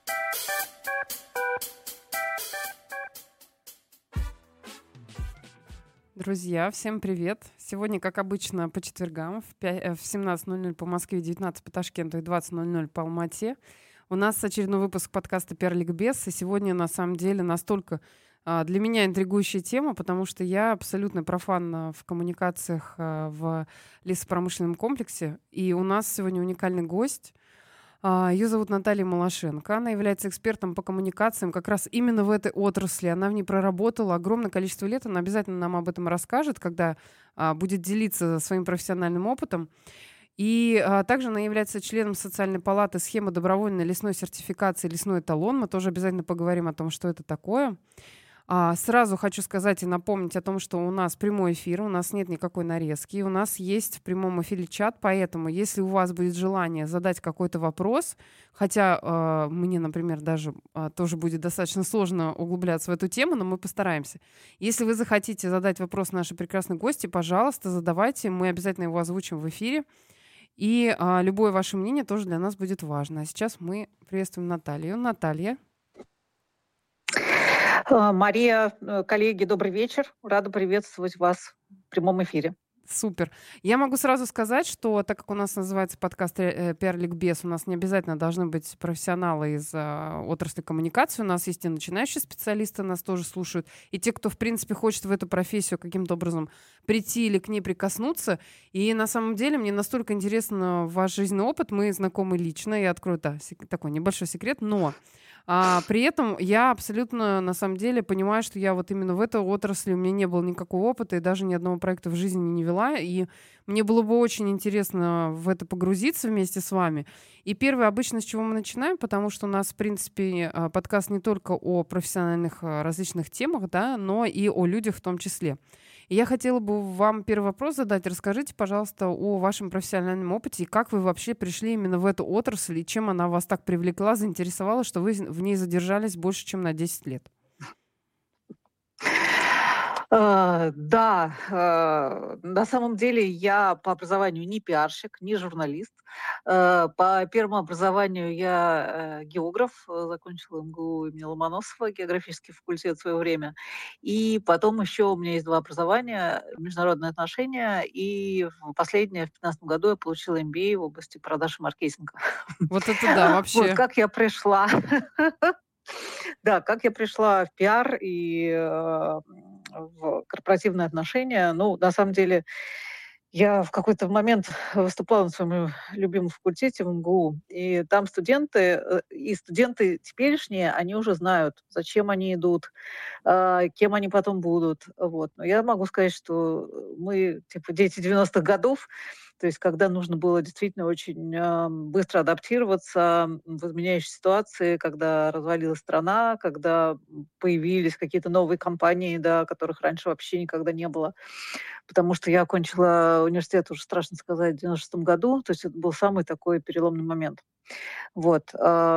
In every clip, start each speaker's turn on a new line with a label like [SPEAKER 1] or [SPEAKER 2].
[SPEAKER 1] Друзья, всем привет! Сегодня, как обычно, по четвергам в 17:00 по Москве, 19 по Ташкенту и 20:00 по Алмате. У нас очередной выпуск подкаста «Пиар-ликбез». И сегодня, на самом деле, настолько для меня интригующая тема, потому что я абсолютно профан в коммуникациях в лесопромышленном комплексе. И у нас сегодня уникальный гость. Ее зовут Наталья Малашенко. Она является экспертом по коммуникациям как раз именно в этой отрасли. Она в ней проработала огромное количество лет. Она обязательно нам об этом расскажет, когда будет делиться своим профессиональным опытом. И также она является членом социальной палаты схемы добровольной лесной сертификации «Лесной эталон». Мы тоже обязательно поговорим о том, что это такое. Сразу хочу сказать и напомнить о том, что у нас прямой эфир, у нас нет никакой нарезки, у нас есть в прямом эфире чат, поэтому если у вас будет желание задать какой-то вопрос, хотя мне, например, даже тоже будет достаточно сложно углубляться в эту тему, но мы постараемся. Если вы захотите задать вопрос нашей прекрасной гости, пожалуйста, задавайте, мы обязательно его озвучим в эфире. И любое ваше мнение тоже для нас будет важно. А сейчас мы приветствуем Наталью. Наталья.
[SPEAKER 2] Мария, коллеги, добрый вечер. Рада приветствовать вас в прямом эфире.
[SPEAKER 1] Супер. Я могу сразу сказать, что так как у нас называется подкаст «Пиар-ликбез», у нас не обязательно должны быть профессионалы из отрасли коммуникации. У нас есть и начинающие специалисты, нас тоже слушают, и те, кто, в принципе, хочет в эту профессию каким-то образом прийти или к ней прикоснуться. И на самом деле мне настолько интересен ваш жизненный опыт. Мы знакомы лично. Я открою такой небольшой секрет, но при этом я абсолютно, на самом деле, понимаю, что я вот именно в этой отрасли, у меня не было никакого опыта, и даже ни одного проекта в жизни не вела, и мне было бы очень интересно в это погрузиться вместе с вами. И первое, обычно, с чего мы начинаем, потому что у нас, в принципе, подкаст не только о профессиональных различных темах, да, но и о людях в том числе. И я хотела бы вам первый вопрос задать. Расскажите, пожалуйста, о вашем профессиональном опыте и как вы вообще пришли именно в эту отрасль, и чем она вас так привлекла, заинтересовала, что вы в ней задержались больше, чем на 10 лет.
[SPEAKER 2] Да, на самом деле я по образованию не пиарщик, не журналист. По первому образованию я географ, закончила МГУ имени Ломоносова, географический факультет в свое время. И потом еще у меня есть два образования, международные отношения, и последнее, в 2015 году я получила MBA в области продаж и маркетинга.
[SPEAKER 1] Вот это да, вообще.
[SPEAKER 2] Вот как я пришла. Да, как я пришла в пиар и в корпоративные отношения. Ну, на самом деле, я в какой-то момент выступала на своем любимом факультете в МГУ, и там студенты теперешние, они уже знают, зачем они идут, кем они потом будут. Вот. Но я могу сказать, что мы, типа, дети 90-х годов, то есть когда нужно было действительно очень быстро адаптироваться в изменяющей ситуации, когда развалилась страна, когда появились какие-то новые компании, да, которых раньше вообще никогда не было. Потому что я окончила университет, уже страшно сказать, в 96 году, то есть это был самый такой переломный момент. Вот.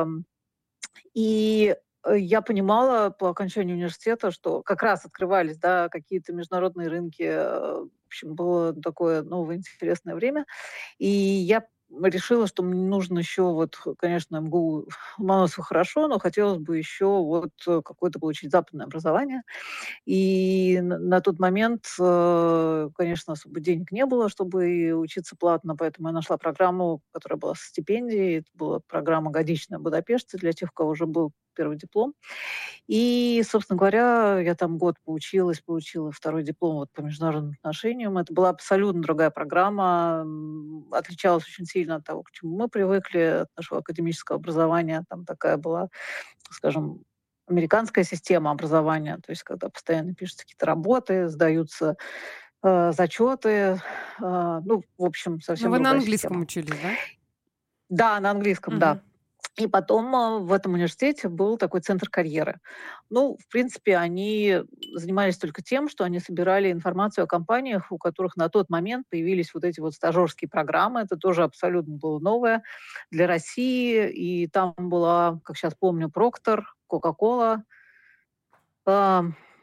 [SPEAKER 2] И я понимала по окончанию университета, что как раз открывались, да, какие-то международные рынки. В общем, было такое новое интересное время. И я решила, что мне нужно еще вот, конечно, МГУ Ломоносова хорошо, но хотелось бы еще вот какое-то получить западное образование. И на тот момент, конечно, особо денег не было, чтобы и учиться платно, поэтому я нашла программу, которая была со стипендией. Это была программа годичная в Будапеште для тех, у кого уже был первый диплом. И, собственно говоря, я там год поучилась, получила второй диплом вот по международным отношениям. Это была абсолютно другая программа, отличалась очень сильно от того, к чему мы привыкли, от нашего академического образования. Там такая была, скажем, американская система образования, то есть когда постоянно пишутся какие-то работы, сдаются зачеты, ну, в общем,
[SPEAKER 1] Ну,
[SPEAKER 2] совсем
[SPEAKER 1] вы на
[SPEAKER 2] другая
[SPEAKER 1] английском
[SPEAKER 2] система.
[SPEAKER 1] учились, да?
[SPEAKER 2] Да, на английском, да.
[SPEAKER 1] Мгм.
[SPEAKER 2] И потом в этом университете был такой центр карьеры. Ну, в принципе, они занимались только тем, что они собирали информацию о компаниях, у которых на тот момент появились вот эти вот стажерские программы. Это тоже абсолютно было новое для России. И там была, как сейчас помню, Procter, Coca-Cola,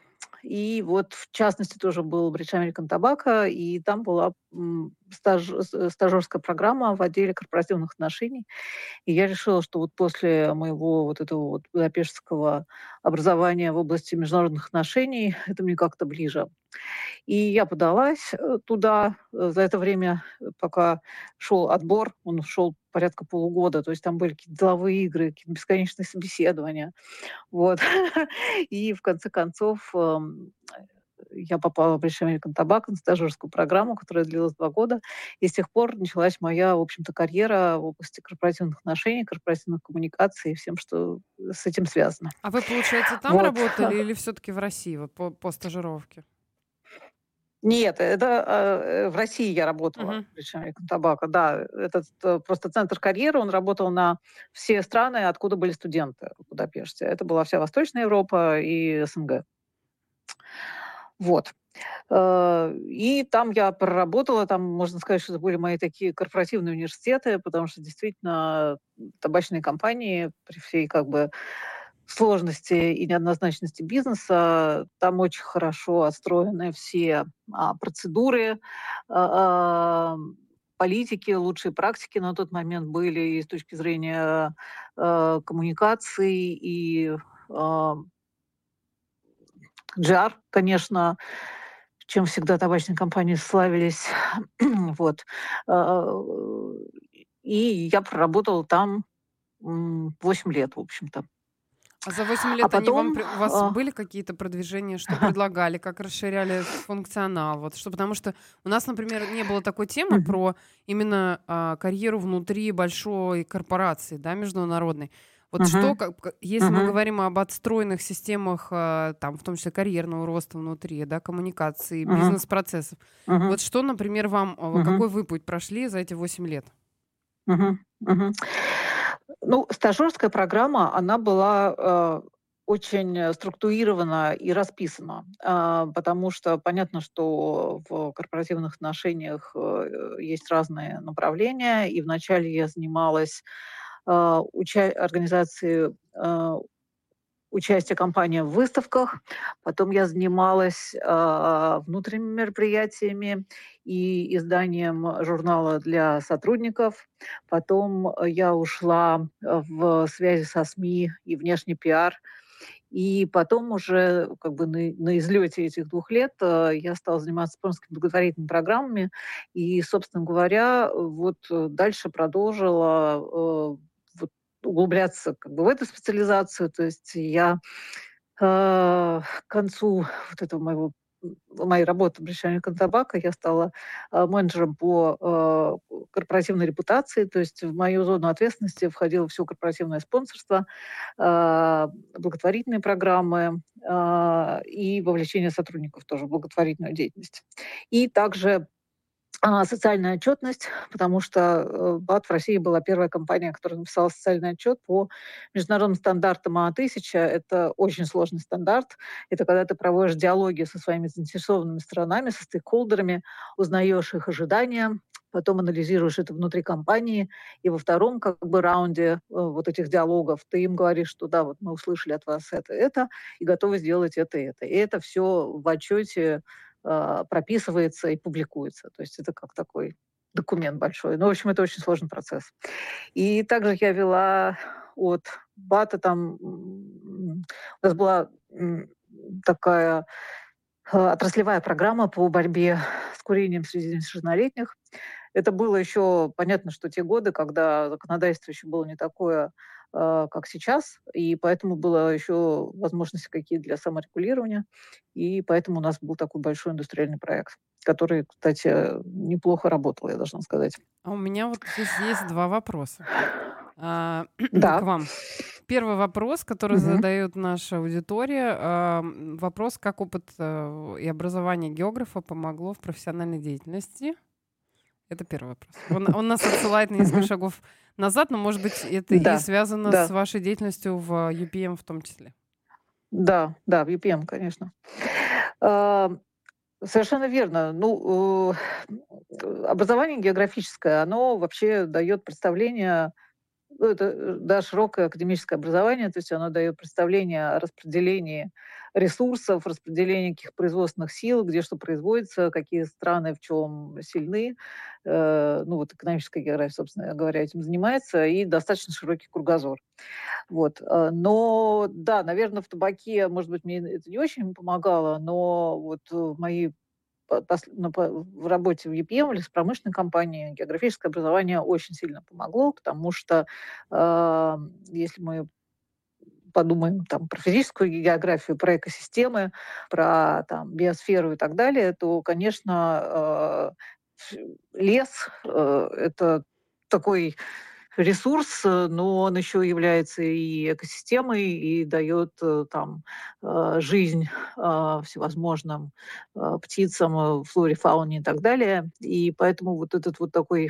[SPEAKER 2] И вот, в частности, тоже был British American Tobacco, и там была стажерская программа в отделе корпоративных отношений. И я решила, что вот после моего вот этого вот будапештского образования в области международных отношений это мне как-то ближе. И я подалась туда. За это время, пока шел отбор, он шел порядка полугода, то есть там были какие-то деловые игры, какие-то бесконечные собеседования. Вот. И в конце концов я попала в British American Tobacco на стажерскую программу, которая длилась 2 года. И с тех пор началась моя, в общем-то, карьера в области корпоративных отношений, корпоративных коммуникаций и всем, что с этим связано.
[SPEAKER 1] А вы, получается, там
[SPEAKER 2] Вот.
[SPEAKER 1] работали или все-таки в России, вот по стажировке?
[SPEAKER 2] Нет, это в России я работала,
[SPEAKER 1] Мгм.
[SPEAKER 2] в British American Tobacco, да. Этот просто центр карьеры, он работал на все страны, откуда были студенты в Будапеште. Это была вся Восточная Европа и СНГ. Вот. И там я проработала, там, можно сказать, что это были мои такие корпоративные университеты, потому что действительно табачные компании при всей как бы сложности и неоднозначности бизнеса, там очень хорошо отстроены все процедуры, а, а, политики, лучшие практики на тот момент были и с точки зрения коммуникаций и а, джар, конечно, чем всегда табачные компании славились. Вот. А, И я проработала там 8 лет, в общем-то.
[SPEAKER 1] А за 8
[SPEAKER 2] А
[SPEAKER 1] лет они вам,
[SPEAKER 2] потом...
[SPEAKER 1] у вас были какие-то продвижения, что предлагали, как расширяли функционал? Вот что, потому что у нас, например, не было такой темы
[SPEAKER 2] Мгм.
[SPEAKER 1] про именно карьеру внутри большой корпорации, да, международной. Вот что,
[SPEAKER 2] Мгм.
[SPEAKER 1] если мы
[SPEAKER 2] Мгм.
[SPEAKER 1] говорим об отстроенных системах, там, в том числе карьерного роста внутри, да, коммуникации,
[SPEAKER 2] Мгм.
[SPEAKER 1] бизнес-процессов,
[SPEAKER 2] Мгм.
[SPEAKER 1] вот что, например, вам,
[SPEAKER 2] Мгм.
[SPEAKER 1] какой вы путь прошли за эти 8 лет?
[SPEAKER 2] Мгм. Мгм. Ну, стажерская программа, она была очень структурирована и расписана, потому что понятно, что в корпоративных отношениях есть разные направления, и вначале я занималась организацией участия компании в выставках. Потом я занималась внутренними мероприятиями и изданием журнала для сотрудников. Потом я ушла в связи со СМИ и внешний пиар. И потом уже как бы на излете этих 2 лет я стала заниматься спонсорскими благотворительными программами. И, собственно говоря, вот дальше продолжила вот углубляться как бы в эту специализацию. То есть я к концу вот этого моей работы в British American Tobacco я стала менеджером по корпоративной репутации, то есть в мою зону ответственности входило все корпоративное спонсорство, благотворительные программы и вовлечение сотрудников тоже в благотворительную деятельность. И также социальная отчетность, потому что БАТ в России была первая компания, которая написала социальный отчет по международным стандартам А1000. Это очень сложный стандарт. Это когда ты проводишь диалоги со своими заинтересованными сторонами, со стейкхолдерами, узнаешь их ожидания, потом анализируешь это внутри компании, и во втором как бы раунде вот этих диалогов ты им говоришь, что да, вот мы услышали от вас это, и готовы сделать это, это. И это все в отчете прописывается и публикуется. То есть это как такой документ большой. Ну, в общем, это очень сложный процесс. И также я вела от БАТа там, у нас была такая отраслевая программа по борьбе с курением среди несовершеннолетних. Это было еще понятно, что те годы, когда законодательство еще было не такое, как сейчас, и поэтому было еще возможности какие для саморегулирования, и поэтому у нас был такой большой индустриальный проект, который, кстати, неплохо работал, я должна сказать.
[SPEAKER 1] А у меня вот здесь есть два вопроса к
[SPEAKER 2] Да.
[SPEAKER 1] вам. Первый вопрос, который
[SPEAKER 2] Мгм.
[SPEAKER 1] задает наша аудитория, вопрос, как опыт и образование географа помогло в профессиональной деятельности? Это первый вопрос. Он нас отсылает на несколько
[SPEAKER 2] Мгм.
[SPEAKER 1] шагов назад, но, может быть, это и
[SPEAKER 2] Да,
[SPEAKER 1] связано с
[SPEAKER 2] да,
[SPEAKER 1] вашей деятельностью в UPM в том числе.
[SPEAKER 2] да, да, в UPM, конечно. А, Совершенно верно. Ну, образование географическое, оно вообще дает представление. Ну, это, да, широкое академическое образование, то есть оно дает представление о распределении ресурсов, распределение каких производственных сил, где что производится, какие страны в чем сильны. Ну, вот экономическая география, собственно говоря, этим занимается, и достаточно широкий кругозор. Вот. Но да, наверное, в табаке, может быть, мне это не очень помогало, но вот в моей в работе в EPM или с промышленной компанией географическое образование очень сильно помогло, потому что если мы подумаем там, про физическую географию, про экосистемы, про там, биосферу и так далее, то, конечно, лес это такой ресурс, но он еще является и экосистемой, и дает там жизнь всевозможным птицам, флоре, фауне и так далее. И поэтому вот этот вот такой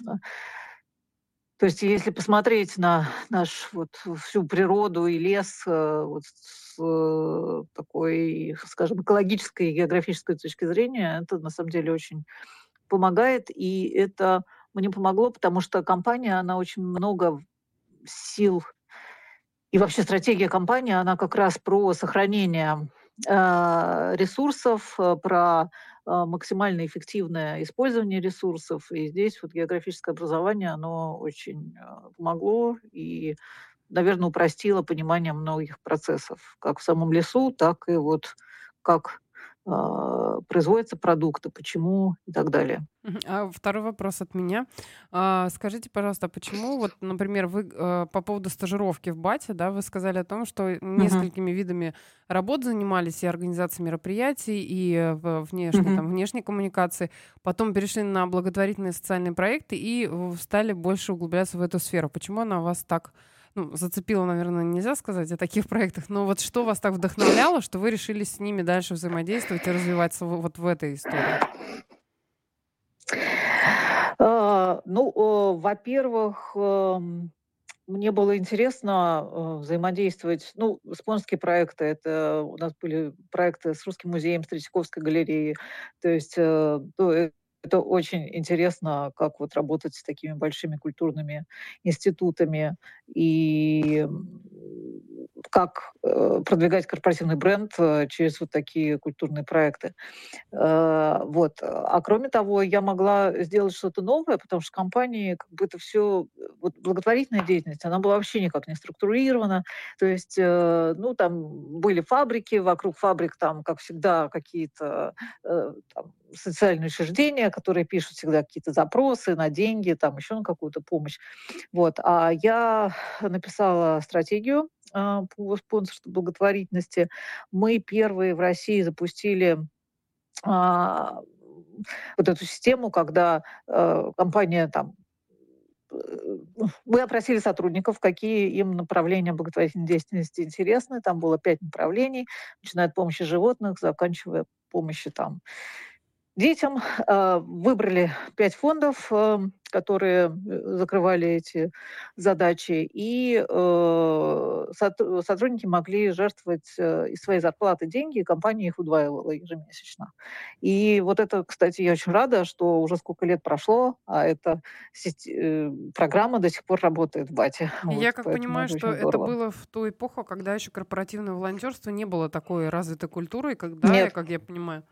[SPEAKER 2] то есть если посмотреть на наш вот всю природу и лес, вот с такой, скажем, экологической и географической точки зрения, это на самом деле очень помогает. И это мне помогло, потому что компания, она очень много сил и вообще стратегия компании, она как раз про сохранение ресурсов, про максимально эффективное использование ресурсов. И здесь вот географическое образование, оно очень помогло и, наверное, упростило понимание многих процессов, как в самом лесу, так и вот как производятся продукты, почему и так далее.
[SPEAKER 1] А второй вопрос от меня. Скажите, пожалуйста, почему вот, например, вы по поводу стажировки в БАТе, да, вы сказали о том, что
[SPEAKER 2] Мгм.
[SPEAKER 1] несколькими видами работ занимались и организацией мероприятий, и внешней,
[SPEAKER 2] Мгм.
[SPEAKER 1] там, внешней коммуникации, потом перешли на благотворительные социальные проекты и стали больше углубляться в эту сферу. Почему она вас так, ну, зацепила, наверное, нельзя сказать о таких проектах, но вот что вас так вдохновляло, что вы решили с ними дальше взаимодействовать и развиваться вот в этой истории?
[SPEAKER 2] Ну, во-первых, мне было интересно взаимодействовать. Ну, спонсорские проекты, это у нас были проекты с Русским музеем, с Третьяковской галереей. То есть это очень интересно, как вот работать с такими большими культурными институтами и как продвигать корпоративный бренд через вот такие культурные проекты. Вот. А кроме того, я могла сделать что-то новое, потому что компании как бы это все вот благотворительная деятельность, она была вообще никак не структурирована. То есть, ну, там были фабрики, вокруг фабрик там, как всегда, какие-то там социальные учреждения, которые пишут всегда какие-то запросы на деньги, там еще на какую-то помощь. Вот. А я написала стратегию по спонсорству благотворительности. Мы первые в России запустили а, вот эту систему, когда компания там мы опросили сотрудников, какие им направления благотворительной деятельности интересны. Там было 5 направлений, начиная от помощи животных, заканчивая помощью там детям. Выбрали 5 фондов, которые закрывали эти задачи, и сотрудники могли жертвовать из своей зарплаты деньги, и компания их удваивала ежемесячно. И вот это, кстати, я очень рада, что уже сколько лет прошло, а эта программа до сих пор работает в БАТе.
[SPEAKER 1] И
[SPEAKER 2] Вот,
[SPEAKER 1] я как
[SPEAKER 2] поэтому
[SPEAKER 1] понимаю,
[SPEAKER 2] это
[SPEAKER 1] что
[SPEAKER 2] очень
[SPEAKER 1] это
[SPEAKER 2] здорово.
[SPEAKER 1] было в ту эпоху, когда еще корпоративное волонтерство не было такой развитой культурой, когда,
[SPEAKER 2] Нет,
[SPEAKER 1] как я понимаю.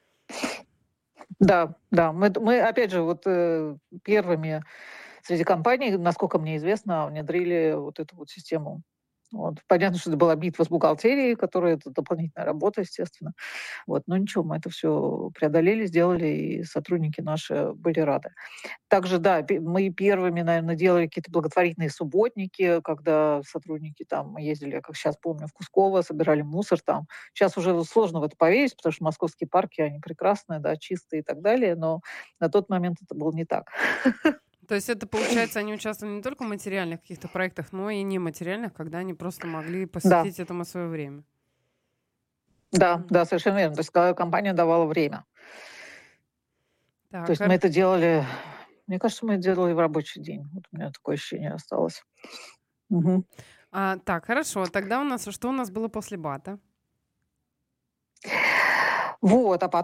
[SPEAKER 2] да, да, мы опять же, вот первыми среди компаний, насколько мне известно, внедрили вот эту вот систему. Вот. Понятно, что это была битва с бухгалтерией, которая это дополнительная работа, естественно. Вот. Но ничего, мы это все преодолели, сделали, и сотрудники наши были рады. Также, да, мы первыми, наверное, делали какие-то благотворительные субботники, когда сотрудники там мы ездили, как сейчас помню, в Кусково, собирали мусор там. Сейчас уже сложно в это поверить, потому что московские парки, они прекрасные, да, чистые и так далее, но на тот момент это было не так.
[SPEAKER 1] То есть это, получается, они участвовали не только в материальных каких-то проектах, но и нематериальных, когда они просто могли
[SPEAKER 2] Да,
[SPEAKER 1] посвятить этому свое время.
[SPEAKER 2] да,
[SPEAKER 1] Мгм.
[SPEAKER 2] да, совершенно верно. То есть компания давала время. То
[SPEAKER 1] Так,
[SPEAKER 2] есть мы это делали, мне кажется, мы это делали в рабочий день. Вот у меня такое ощущение осталось. Мгм.
[SPEAKER 1] так, хорошо. Тогда что у нас было после БАТа?
[SPEAKER 2] Вот, а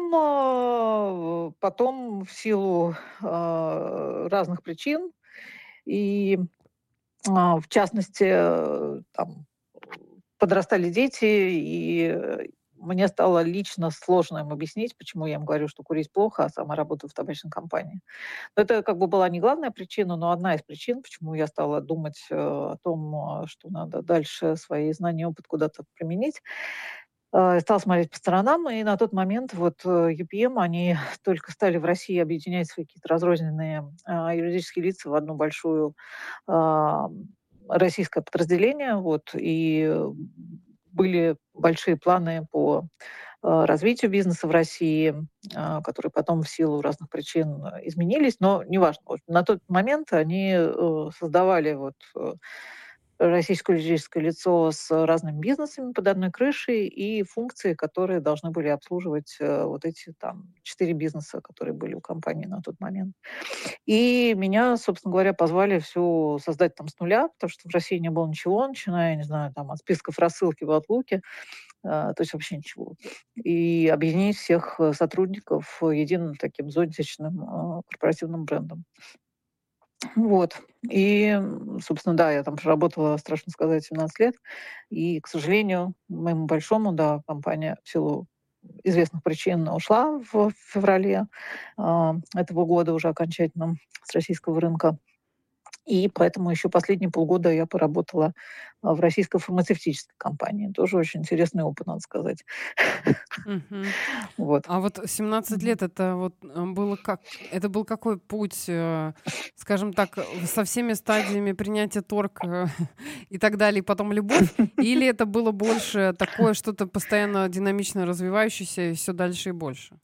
[SPEAKER 2] потом в силу разных причин и, в частности, там подрастали дети, и мне стало лично сложно им объяснить, почему я им говорю, что курить плохо, а сама работаю в табачной компании. Это как бы была не главная причина, но одна из причин, почему я стала думать о том, что надо дальше свои знания и опыт куда-то применить. Стала смотреть по сторонам, и на тот момент вот UPM, они только стали в России объединять свои какие-то разрозненные юридические лица в одну большую а, российское подразделение, вот, и были большие планы по развитию бизнеса в России, которые потом в силу разных причин изменились, но неважно. Вот на тот момент они создавали вот российское юридическое лицо с разными бизнесами под одной крышей и функции, которые должны были обслуживать вот эти там 4 бизнеса, которые были у компании на тот момент. И меня, собственно говоря, позвали все создать там с нуля, потому что в России не было ничего, начиная, я не знаю, там от списков рассылки в Outlook, то есть вообще ничего. И объединить всех сотрудников единым таким зонтичным корпоративным брендом. Вот. И, собственно, да, я там проработала, страшно сказать, 17 лет. И, к сожалению, моему большому, да, компания в силу известных причин ушла в феврале этого года уже окончательно с российского рынка. И поэтому еще последние полгода я поработала в российской фармацевтической компании. Тоже очень интересный опыт, надо сказать.
[SPEAKER 1] Мгм.
[SPEAKER 2] Вот.
[SPEAKER 1] А вот 17
[SPEAKER 2] Мгм.
[SPEAKER 1] лет это вот было как? Это был какой путь, скажем так, со всеми стадиями принятия торг и так далее, и потом любовь? Или это было больше такое что-то постоянно динамично развивающееся и все дальше и больше?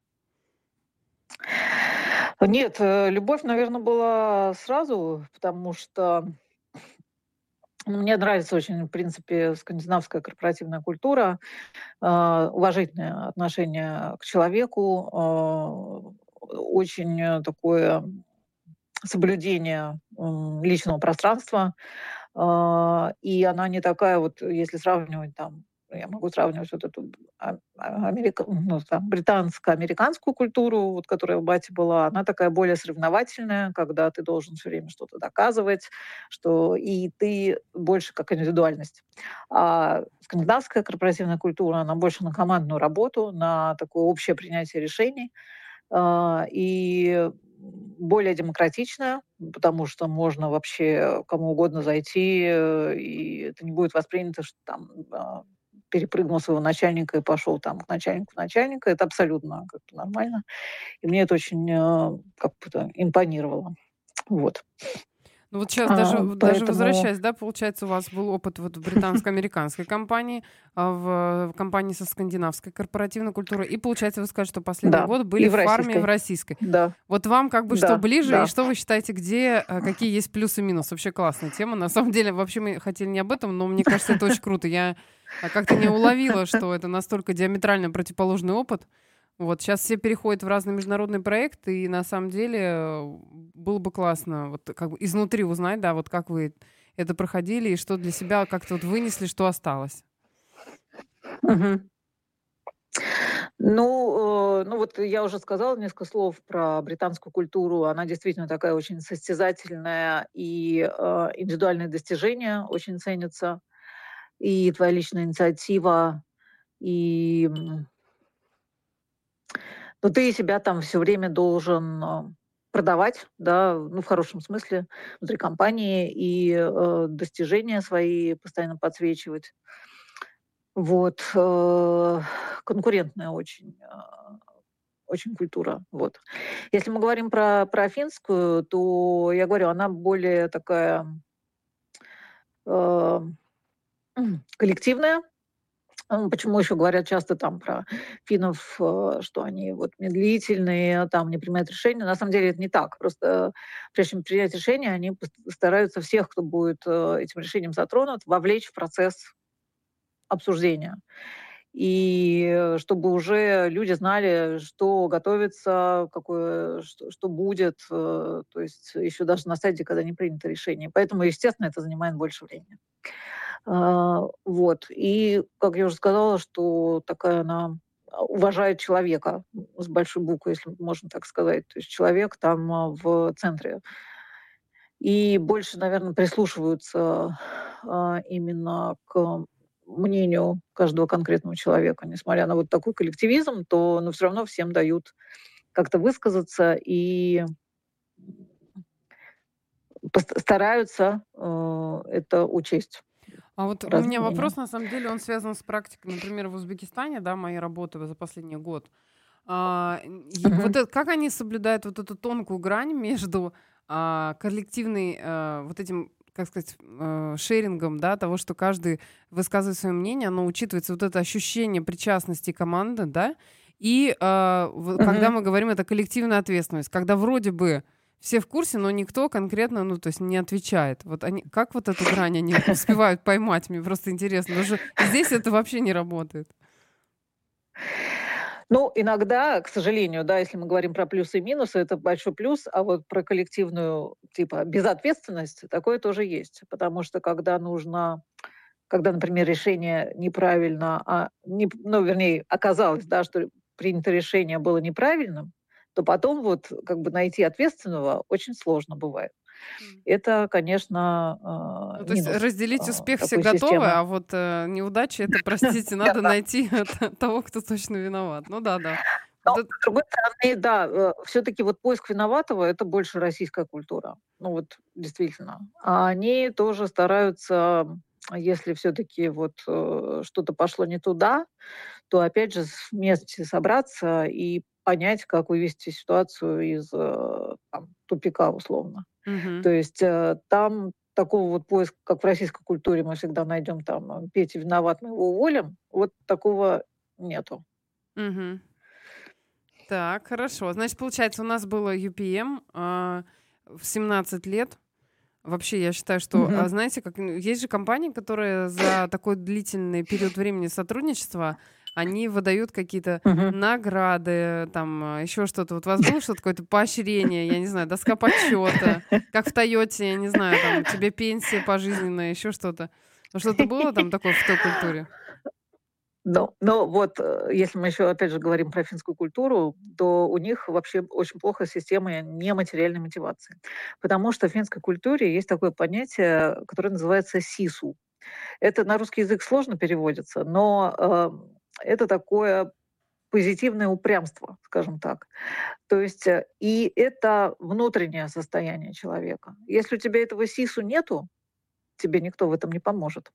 [SPEAKER 2] Нет, любовь, наверное, была сразу, потому что мне нравится очень, в принципе, скандинавская корпоративная культура, уважительное отношение к человеку, очень такое соблюдение личного пространства. И она не такая вот, если сравнивать там, я могу сравнивать вот эту ну, там, британско-американскую культуру, вот, которая у бати была, она такая более соревновательная, когда ты должен все время что-то доказывать, что и ты больше как индивидуальность. А скандинавская корпоративная культура, она больше на командную работу, на такое общее принятие решений, и более демократичная, потому что можно вообще кому угодно зайти, и это не будет воспринято, что там перепрыгнул своего начальника и пошел там к начальнику начальника. Это абсолютно как-то нормально. И мне это очень как-то импонировало. Вот.
[SPEAKER 1] Ну вот сейчас даже
[SPEAKER 2] Поэтому,
[SPEAKER 1] возвращаясь, да, получается, у вас был опыт вот в британско-американской компании, в компании со скандинавской корпоративной культурой, и получается, вы скажете, что последний
[SPEAKER 2] да,
[SPEAKER 1] год были
[SPEAKER 2] и
[SPEAKER 1] в
[SPEAKER 2] в
[SPEAKER 1] фарме и в
[SPEAKER 2] российской.
[SPEAKER 1] российской.
[SPEAKER 2] Да,
[SPEAKER 1] Вот вам как бы что
[SPEAKER 2] да,
[SPEAKER 1] ближе, и
[SPEAKER 2] да.
[SPEAKER 1] что вы считаете, где, какие есть плюсы и минусы? Вообще классная тема. На самом деле, вообще мы хотели не об этом, но мне кажется, это очень круто. Я как-то не уловила, что это настолько диаметрально противоположный опыт. Вот сейчас все переходят в разные международные проекты, и на самом деле было бы классно вот как бы изнутри узнать, да, вот как вы это проходили и что для себя как-то вот вынесли, что осталось.
[SPEAKER 2] Мгм. Ну, вот я уже сказала несколько слов про британскую культуру. Она действительно такая очень состязательная, и индивидуальные достижения очень ценятся, и твоя личная инициатива, и ну, ты себя там все время должен продавать, да, ну, в хорошем смысле, внутри компании, и достижения свои постоянно подсвечивать. Вот. Конкурентная очень, очень культура. Вот. Если мы говорим про финскую, то я говорю, она более такая э, коллективная. Почему еще говорят часто там про финнов, что они вот медлительные, там не принимают решения. На самом деле это не так. Просто прежде чем принять решение, они стараются всех, кто будет этим решением затронут, вовлечь в процесс обсуждения. И чтобы уже люди знали, что готовится, какое, что будет, то есть еще даже на стадии, когда не принято решение. Поэтому, естественно, это занимает больше времени. Вот. И, как я уже сказала, что такая она уважает человека с большой буквы, если можно так сказать. То есть человек там в центре. И больше, наверное, прислушиваются именно к мнению каждого конкретного человека. Несмотря на вот такой коллективизм, то все равно всем дают как-то высказаться и стараются это учесть,
[SPEAKER 1] А вот у
[SPEAKER 2] разные
[SPEAKER 1] меня
[SPEAKER 2] мнения.
[SPEAKER 1] вопрос, на самом деле, он связан с практикой, например, в Узбекистане, да, моей работы за последний год. Вот
[SPEAKER 2] Мгм.
[SPEAKER 1] как они соблюдают вот эту тонкую грань между коллективной, вот этим, как сказать, шерингом, да, того, что каждый высказывает свое мнение, оно учитывается, вот это ощущение причастности команды, да, и когда
[SPEAKER 2] Мгм.
[SPEAKER 1] мы говорим, это коллективная ответственность, когда вроде бы все в курсе, но никто конкретно, ну, то есть не отвечает. Вот они, как вот эту грань они успевают поймать? Мне просто интересно. Даже здесь это вообще не работает.
[SPEAKER 2] Ну, иногда, к сожалению, да, если мы говорим про плюсы и минусы, это большой плюс, а вот про коллективную, типа, безответственность такое тоже есть. Потому что когда, например, решение неправильно, ну, вернее, оказалось, да, что принято решение было неправильным, то потом вот как бы найти ответственного очень сложно бывает.
[SPEAKER 1] М.
[SPEAKER 2] Это, конечно,
[SPEAKER 1] Ну, то есть
[SPEAKER 2] минус
[SPEAKER 1] разделить успех все
[SPEAKER 2] такой
[SPEAKER 1] готовы,
[SPEAKER 2] системы.
[SPEAKER 1] а вот неудачи это, простите, надо найти того, кто точно виноват. Ну да, да.
[SPEAKER 2] Но,
[SPEAKER 1] Вот это-
[SPEAKER 2] с другой стороны, да, все таки вот поиск виноватого — это больше российская культура. Ну вот действительно. А они тоже стараются, если все таки вот, что-то пошло не туда, то опять же вместе собраться и понять, как вывести ситуацию из, там, тупика условно.
[SPEAKER 1] Мгм.
[SPEAKER 2] То есть, там такого вот поиска, как в российской культуре мы всегда найдем там, Петя виноват, мы его уволим, вот такого нету.
[SPEAKER 1] Мгм. Так, хорошо. Значит, получается, у нас было UPM в 17 лет. Вообще, я считаю, что,
[SPEAKER 2] Мгм.
[SPEAKER 1] знаете, как есть же компании, которые за такой длительный период времени сотрудничества, они выдают какие-то
[SPEAKER 2] Мгм.
[SPEAKER 1] награды, там, еще что-то. Вот у вас было что-то, какое-то поощрение, я не знаю, доска почета, как в Тойоте, я не знаю, там, тебе пенсия пожизненная, еще что-то. Ну, что-то было там такое в той культуре?
[SPEAKER 2] Но вот, если мы еще опять же говорим про финскую культуру, то у них вообще очень плохо с системой нематериальной мотивации. Потому что в финской культуре есть такое понятие, которое называется сису. Это на русский язык сложно переводится, но, это такое позитивное упрямство, скажем так. То есть, и это внутреннее состояние человека. Если у тебя этого сису нету, тебе никто в этом не поможет.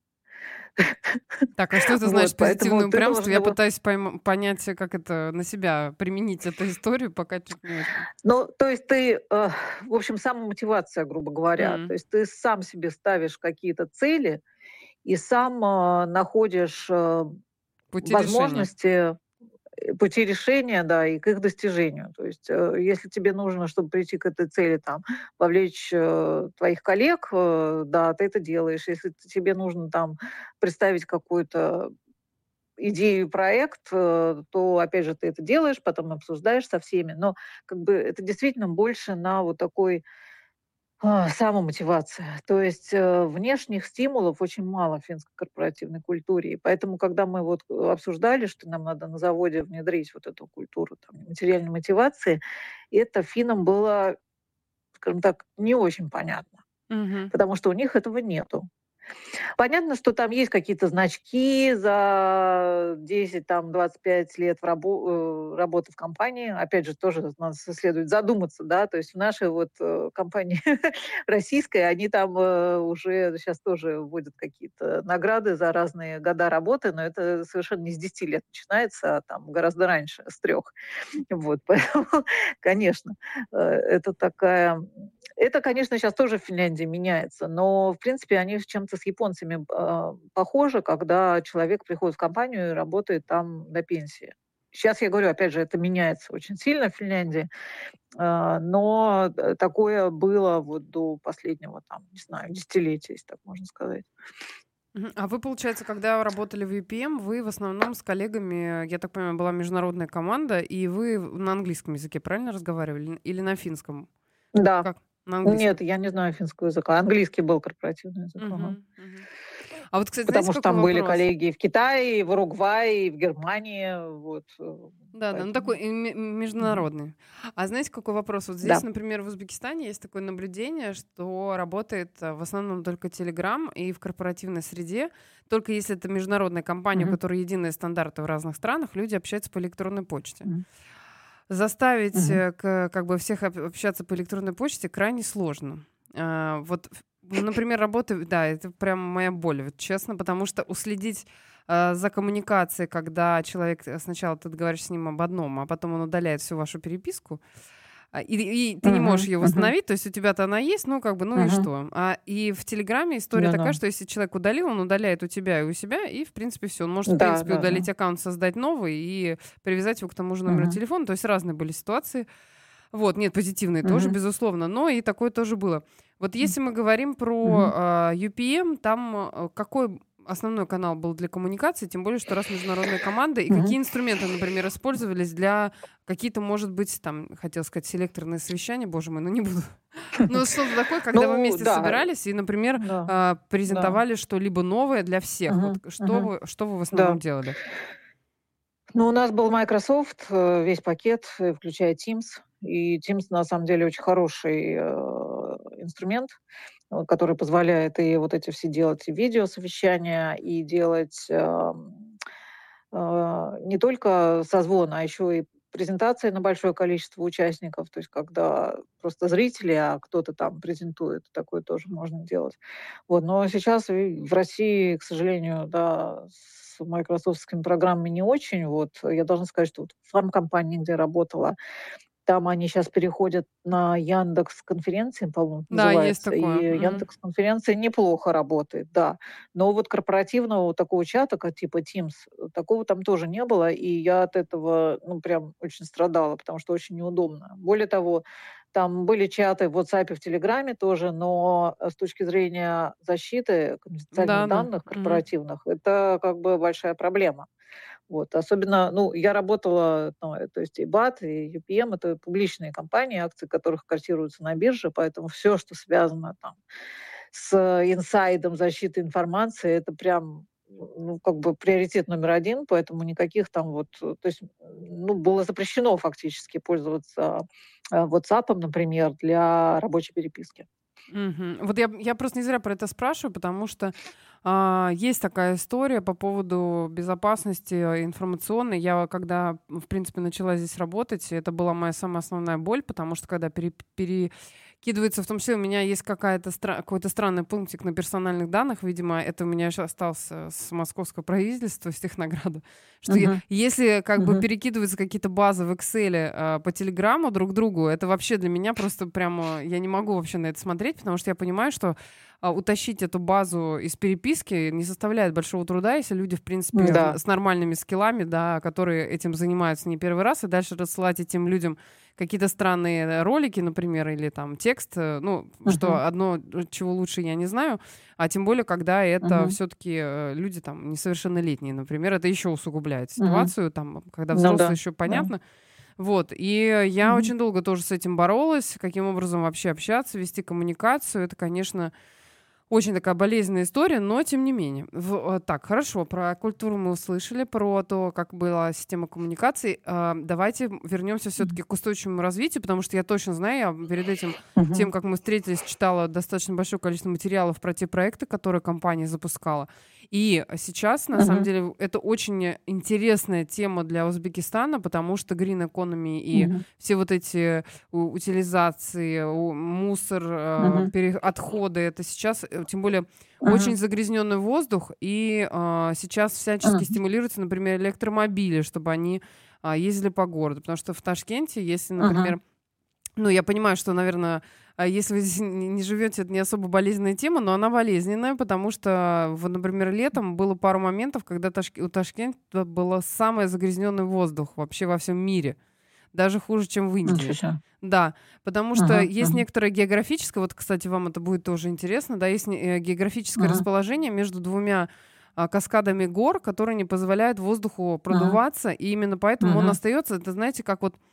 [SPEAKER 1] Так, а что это
[SPEAKER 2] Вот,
[SPEAKER 1] значит
[SPEAKER 2] поэтому
[SPEAKER 1] позитивное
[SPEAKER 2] ты
[SPEAKER 1] упрямство?
[SPEAKER 2] должен
[SPEAKER 1] Я
[SPEAKER 2] его.
[SPEAKER 1] пытаюсь понять, как это на себя применить эту историю, пока что не очень.
[SPEAKER 2] Ну, то есть ты, в общем, самомотивация, грубо говоря. То
[SPEAKER 1] М,
[SPEAKER 2] есть ты сам себе ставишь какие-то цели и сам, находишь,
[SPEAKER 1] Пути решения.
[SPEAKER 2] возможности, пути решения, да, и к их достижению. То есть, если тебе нужно, чтобы прийти к этой цели, там, вовлечь, твоих коллег, да, ты это делаешь. Если тебе нужно там представить какую-то идею, проект, то, опять же, ты это делаешь, потом обсуждаешь со всеми. Но как бы это действительно больше на вот такой самомотивация. То есть внешних стимулов очень мало в финской корпоративной культуре. И поэтому, когда мы вот обсуждали, что нам надо на заводе внедрить вот эту культуру там, материальной мотивации, это финнам было, скажем так, не очень понятно,
[SPEAKER 1] Мгм.
[SPEAKER 2] потому что у них этого нету. Понятно, что там есть какие-то значки за 10, там, 25 лет работы в компании. Опять же, тоже надо следует задуматься, да, то есть в нашей вот компании российской, они там уже сейчас тоже вводят какие-то награды за разные года работы, но это совершенно не с 10 лет начинается, а там гораздо раньше, с 3. Вот, поэтому, конечно, это такая это, конечно, сейчас тоже в Финляндии меняется, но, в принципе, они чем-то с японцами, похожи, когда человек приходит в компанию и работает там до пенсии. Сейчас я говорю, опять же, это меняется очень сильно в Финляндии, но, такое было вот до последнего, там, не знаю, десятилетия, если так можно сказать.
[SPEAKER 1] Мгм. А вы, получается, когда работали в EPM, вы в основном с коллегами, я так понимаю, была международная команда, и вы на английском языке правильно разговаривали или на финском?
[SPEAKER 2] Да.
[SPEAKER 1] Как? На
[SPEAKER 2] Нет,
[SPEAKER 1] английском.
[SPEAKER 2] я не знаю финского языка. Английский был корпоративный язык. Ага.
[SPEAKER 1] Мгм, мгм. А вот, кстати, знаете,
[SPEAKER 2] Потому что
[SPEAKER 1] какой
[SPEAKER 2] там были
[SPEAKER 1] вопрос?
[SPEAKER 2] коллеги и в Китае, и в Уругвае, и в Германии. Вот,
[SPEAKER 1] Да, ну
[SPEAKER 2] поэтому...
[SPEAKER 1] такой и
[SPEAKER 2] Мгм.
[SPEAKER 1] международный. А знаете, какой вопрос? Вот здесь,
[SPEAKER 2] Да.
[SPEAKER 1] например, в Узбекистане есть такое наблюдение, что работает в основном только Telegram и в корпоративной среде. Только если это международная компания, у
[SPEAKER 2] Мгм.
[SPEAKER 1] которой единые стандарты в разных странах, люди общаются по электронной почте.
[SPEAKER 2] Мгм.
[SPEAKER 1] Заставить
[SPEAKER 2] Мгм.
[SPEAKER 1] как бы всех общаться по электронной почте крайне сложно. Вот, например, работа, да, это прям моя боль, вот честно, потому что уследить за коммуникацией, когда человек сначала ты говоришь с ним об одном, а потом он удаляет всю вашу переписку, и ты не можешь
[SPEAKER 2] Мгм.
[SPEAKER 1] ее
[SPEAKER 2] Мгм.
[SPEAKER 1] восстановить, то есть у тебя-то она есть, ну, как бы, ну и
[SPEAKER 2] Мгм.
[SPEAKER 1] что? И в Телеграме история такая,
[SPEAKER 2] Ну-ну.
[SPEAKER 1] что если человек удалил, он удаляет у тебя и у себя, и, в принципе, все. Он может, в
[SPEAKER 2] Да,
[SPEAKER 1] принципе,
[SPEAKER 2] да, да.
[SPEAKER 1] удалить аккаунт, создать новый и привязать его к тому же номеру
[SPEAKER 2] Мгм.
[SPEAKER 1] телефона. То есть разные были ситуации. Вот, нет, позитивные тоже,
[SPEAKER 2] Мгм.
[SPEAKER 1] безусловно, но и такое тоже было. Вот если мы говорим про
[SPEAKER 2] Мгм.
[SPEAKER 1] UPM, там какой основной канал был для коммуникации, тем более, что раз международная команда, и
[SPEAKER 2] Мгм.
[SPEAKER 1] какие инструменты, например, использовались для какие-то, может быть, там, хотел сказать, селекторные совещания, боже мой, ну не буду. Ну, что-то такое, когда вы
[SPEAKER 2] Ну
[SPEAKER 1] вместе
[SPEAKER 2] да,
[SPEAKER 1] собирались и, например,
[SPEAKER 2] да, да.
[SPEAKER 1] презентовали что-либо новое для всех. Вот
[SPEAKER 2] Мгм. Мгм.
[SPEAKER 1] что вы в основном
[SPEAKER 2] Да.
[SPEAKER 1] делали?
[SPEAKER 2] Ну, у нас был Microsoft, весь пакет, включая Teams. И Teams, на самом деле, очень хороший инструмент, который позволяет и вот эти все делать и видеосовещания, и делать не только созвон, а еще и презентации на большое количество участников. То есть когда просто зрители, а кто-то там презентует, такое тоже можно делать. Вот. Но сейчас и в России, к сожалению, да, с майкрософтскими программами не очень. Вот. Я должна сказать, что вот в фармкомпании, где я работала, там они сейчас переходят на "Яндекс.Конференции", по-моему, это
[SPEAKER 1] Да, есть
[SPEAKER 2] называется. И
[SPEAKER 1] такое. Мгм.
[SPEAKER 2] "Яндекс.Конференция" неплохо работает, да. Но вот корпоративного вот такого чата, как типа Teams, такого там тоже не было. И я от этого, ну, прям очень страдала, потому что очень неудобно. Более того, там были чаты в "Ватсапе", в "Телеграме" тоже, но, с точки зрения защиты конфиденциальных
[SPEAKER 1] Да, да.
[SPEAKER 2] данных
[SPEAKER 1] Мгм.
[SPEAKER 2] корпоративных, это как бы большая проблема. Вот. Особенно, ну, я работала, ну, то есть и БАТ, и UPM — это публичные компании, акции которых котируются на бирже, поэтому все, что связано там с инсайдом защиты информации, это прям, ну, как бы приоритет номер один, поэтому никаких там вот, то есть, ну, было запрещено фактически пользоваться "Ватсапом", например, для рабочей переписки.
[SPEAKER 1] Мгм. Вот я просто не зря про это спрашиваю, потому что есть такая история по поводу безопасности информационной. Я когда, в принципе, начала здесь работать, это была моя самая основная боль, потому что когда перекидывается, в том числе у меня есть какой-то странный пунктик на персональных данных, видимо, это у меня еще остался с московского правительства, с технограда, что
[SPEAKER 2] Мгм.
[SPEAKER 1] если как бы
[SPEAKER 2] Мгм.
[SPEAKER 1] перекидываются какие-то базы в Excel по Телеграму друг другу, это вообще для меня просто прямо, я не могу вообще на это смотреть, потому что я понимаю, что утащить эту базу из переписки не составляет большого труда, если люди, в принципе,
[SPEAKER 2] Да.
[SPEAKER 1] с нормальными скиллами, да, которые этим занимаются не первый раз, и дальше рассылать этим людям какие-то странные ролики, например, или там текст, ну,
[SPEAKER 2] Мгм.
[SPEAKER 1] что одно, чего лучше, я не знаю, а тем более, когда это
[SPEAKER 2] Мгм.
[SPEAKER 1] все-таки люди там несовершеннолетние, например, это еще усугубляет
[SPEAKER 2] Мгм.
[SPEAKER 1] ситуацию, там, когда
[SPEAKER 2] Ну
[SPEAKER 1] взрослые
[SPEAKER 2] да,
[SPEAKER 1] еще
[SPEAKER 2] да.
[SPEAKER 1] понятно. Вот, и я
[SPEAKER 2] Мгм.
[SPEAKER 1] очень долго тоже с этим боролась, каким образом вообще общаться, вести коммуникацию. Это, конечно, очень такая болезненная история, но тем не менее. Так, хорошо, про культуру мы услышали, про то, как была система коммуникаций. Давайте вернемся
[SPEAKER 2] Мгм.
[SPEAKER 1] все-таки к устойчивому развитию, потому что я точно знаю, я перед этим,
[SPEAKER 2] Мгм.
[SPEAKER 1] тем, как мы встретились, читала достаточно большое количество материалов про те проекты, которые компания запускала. И сейчас, на самом
[SPEAKER 2] Мгм.
[SPEAKER 1] деле, это очень интересная тема для Узбекистана, потому что green economy и
[SPEAKER 2] Мгм.
[SPEAKER 1] все вот эти утилизации, мусор,
[SPEAKER 2] Мгм.
[SPEAKER 1] отходы. Это сейчас, тем более, очень
[SPEAKER 2] Мгм.
[SPEAKER 1] загрязненный воздух, и сейчас всячески
[SPEAKER 2] Мгм.
[SPEAKER 1] стимулируются, например, электромобили, чтобы они ездили по городу. Потому что в Ташкенте, если,
[SPEAKER 2] Мгм.
[SPEAKER 1] например, ну, я понимаю, что, наверное, если вы здесь не живете, это не особо болезненная тема, но она болезненная, потому что, вот, например, летом было пару моментов, когда у Ташкента был самый загрязненный воздух вообще во всем мире. Даже хуже, чем в
[SPEAKER 2] Ничего
[SPEAKER 1] Индии.
[SPEAKER 2] себе.
[SPEAKER 1] Да, потому что
[SPEAKER 2] Мгм.
[SPEAKER 1] есть
[SPEAKER 2] Мгм.
[SPEAKER 1] некоторое географическое, вот, кстати, вам это будет тоже интересно, да, есть географическое
[SPEAKER 2] Мгм.
[SPEAKER 1] расположение между двумя каскадами гор, которые не позволяют воздуху
[SPEAKER 2] Мгм.
[SPEAKER 1] продуваться, и именно поэтому он
[SPEAKER 2] Мгм.
[SPEAKER 1] остается, это, знаете, как вот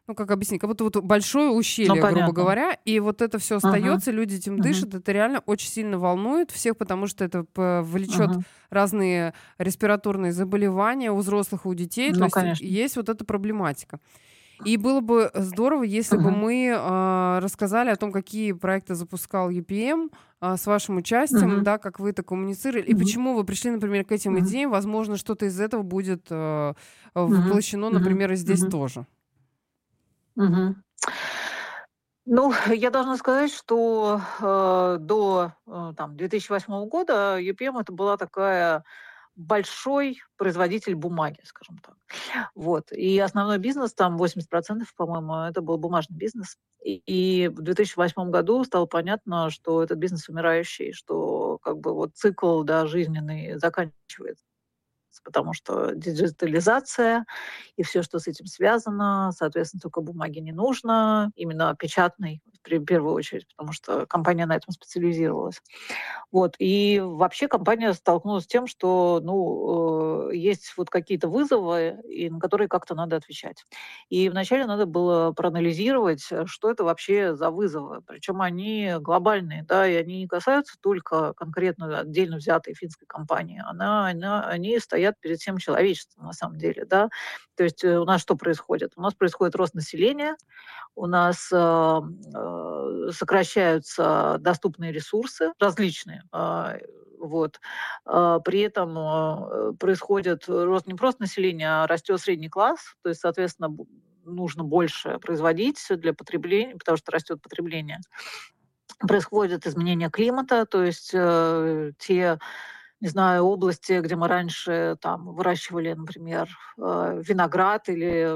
[SPEAKER 1] ну, как объяснить, как будто вот большое
[SPEAKER 2] Ну,
[SPEAKER 1] ущелье, грубо
[SPEAKER 2] понятно.
[SPEAKER 1] говоря, и вот это все
[SPEAKER 2] Мгм.
[SPEAKER 1] остается, люди этим
[SPEAKER 2] Мгм.
[SPEAKER 1] дышат, это реально очень сильно волнует всех, потому что это влечет
[SPEAKER 2] Мгм.
[SPEAKER 1] разные респираторные заболевания у взрослых и у детей, то
[SPEAKER 2] Ну,
[SPEAKER 1] есть
[SPEAKER 2] конечно.
[SPEAKER 1] есть вот эта проблематика. И было бы здорово, если бы
[SPEAKER 2] Мгм.
[SPEAKER 1] мы рассказали о том, какие проекты запускал UPM с вашим участием,
[SPEAKER 2] Мгм.
[SPEAKER 1] да, как вы это коммуницировали, и
[SPEAKER 2] Мгм.
[SPEAKER 1] почему вы пришли, например, к этим
[SPEAKER 2] Мгм.
[SPEAKER 1] идеям. Возможно, что-то из этого будет
[SPEAKER 2] Мгм.
[SPEAKER 1] воплощено,
[SPEAKER 2] Мгм.
[SPEAKER 1] например, и здесь
[SPEAKER 2] Мгм.
[SPEAKER 1] тоже.
[SPEAKER 2] Мгм. Ну, я должна сказать, что, до, там 2008 года UPM — это была такая большой производитель бумаги, скажем так. Вот. И основной бизнес, там 80%, по-моему, это был бумажный бизнес. И в 2008 году стало понятно, что этот бизнес умирающий, что как бы вот цикл, да, жизненный заканчивается, потому что диджитализация и все, что с этим связано. Соответственно, только бумаги не нужно, именно печатной в первую очередь, потому что компания на этом специализировалась. Вот. И вообще компания столкнулась с тем, что, ну, есть вот какие-то вызовы, и на которые как-то надо отвечать. И вначале надо было проанализировать, что это вообще за вызовы. Причем они глобальные, да, и они не касаются только конкретно отдельно взятой финской компании. Они стоят перед всем человечеством на самом деле, да. То есть у нас что происходит? У нас происходит рост населения, у нас сокращаются доступные ресурсы различные. Вот. При этом происходит рост не просто населения, а растет средний класс, то есть, соответственно, нужно больше производить для потребления, потому что растет потребление. Происходит изменение климата, то есть те, не знаю, области, где мы раньше там выращивали, например, виноград или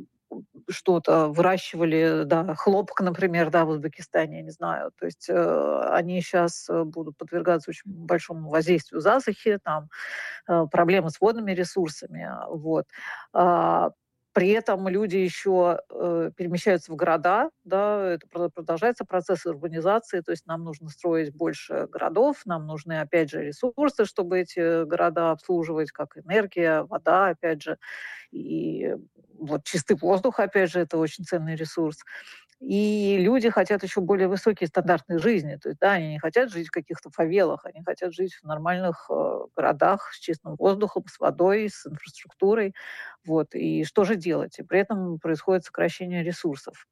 [SPEAKER 2] что-то выращивали, да, хлопок, например, да, в Узбекистане, я не знаю. То есть они сейчас будут подвергаться очень большому воздействию засухи, там проблемы с водными ресурсами. Вот. А, При этом люди еще перемещаются в города, да, это продолжается процесс урбанизации, то есть нам нужно строить больше городов, нам нужны, опять же, ресурсы, чтобы эти города обслуживать, как энергия, вода, опять же, и вот чистый воздух, опять же, это очень ценный ресурс. И люди хотят еще более высокие стандарты жизни. То есть, да, они не хотят жить в каких-то фавелах, они хотят жить в нормальных городах с чистым воздухом, с водой, с инфраструктурой. Вот. И что же делать? И при этом происходит сокращение ресурсов.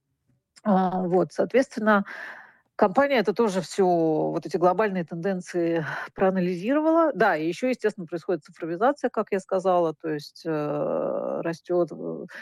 [SPEAKER 2] Вот, соответственно, компания это тоже все вот эти глобальные тенденции проанализировала. Да, и еще, естественно, происходит цифровизация, как я сказала, то есть, растет,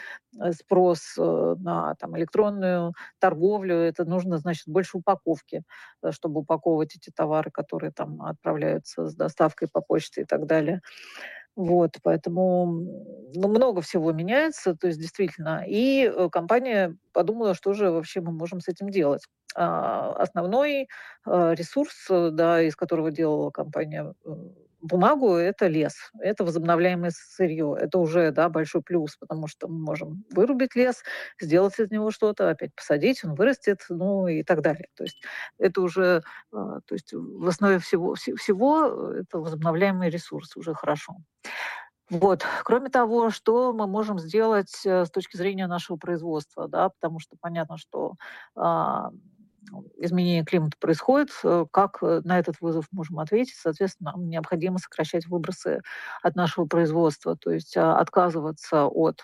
[SPEAKER 2] спрос, на там электронную торговлю. Это нужно, значит, больше упаковки, чтобы упаковывать эти товары, которые там отправляются с доставкой по почте и так далее. Вот, поэтому, ну, много всего меняется, то есть действительно. И компания подумала, что же вообще мы можем с этим делать. Основной ресурс, да, из которого делала компания бумагу, это лес, это возобновляемое сырье. Это уже, да, большой плюс, потому что мы можем вырубить лес, сделать из него что-то, опять посадить, он вырастет, ну и так далее. То есть это уже, то есть в основе всего это возобновляемый ресурс, уже хорошо. Вот. Кроме того, что мы можем сделать, с точки зрения нашего производства, да, потому что понятно, что, а, изменение климата происходит. Как, на этот вызов можем ответить? Соответственно, нам необходимо сокращать выбросы от нашего производства, то есть, отказываться от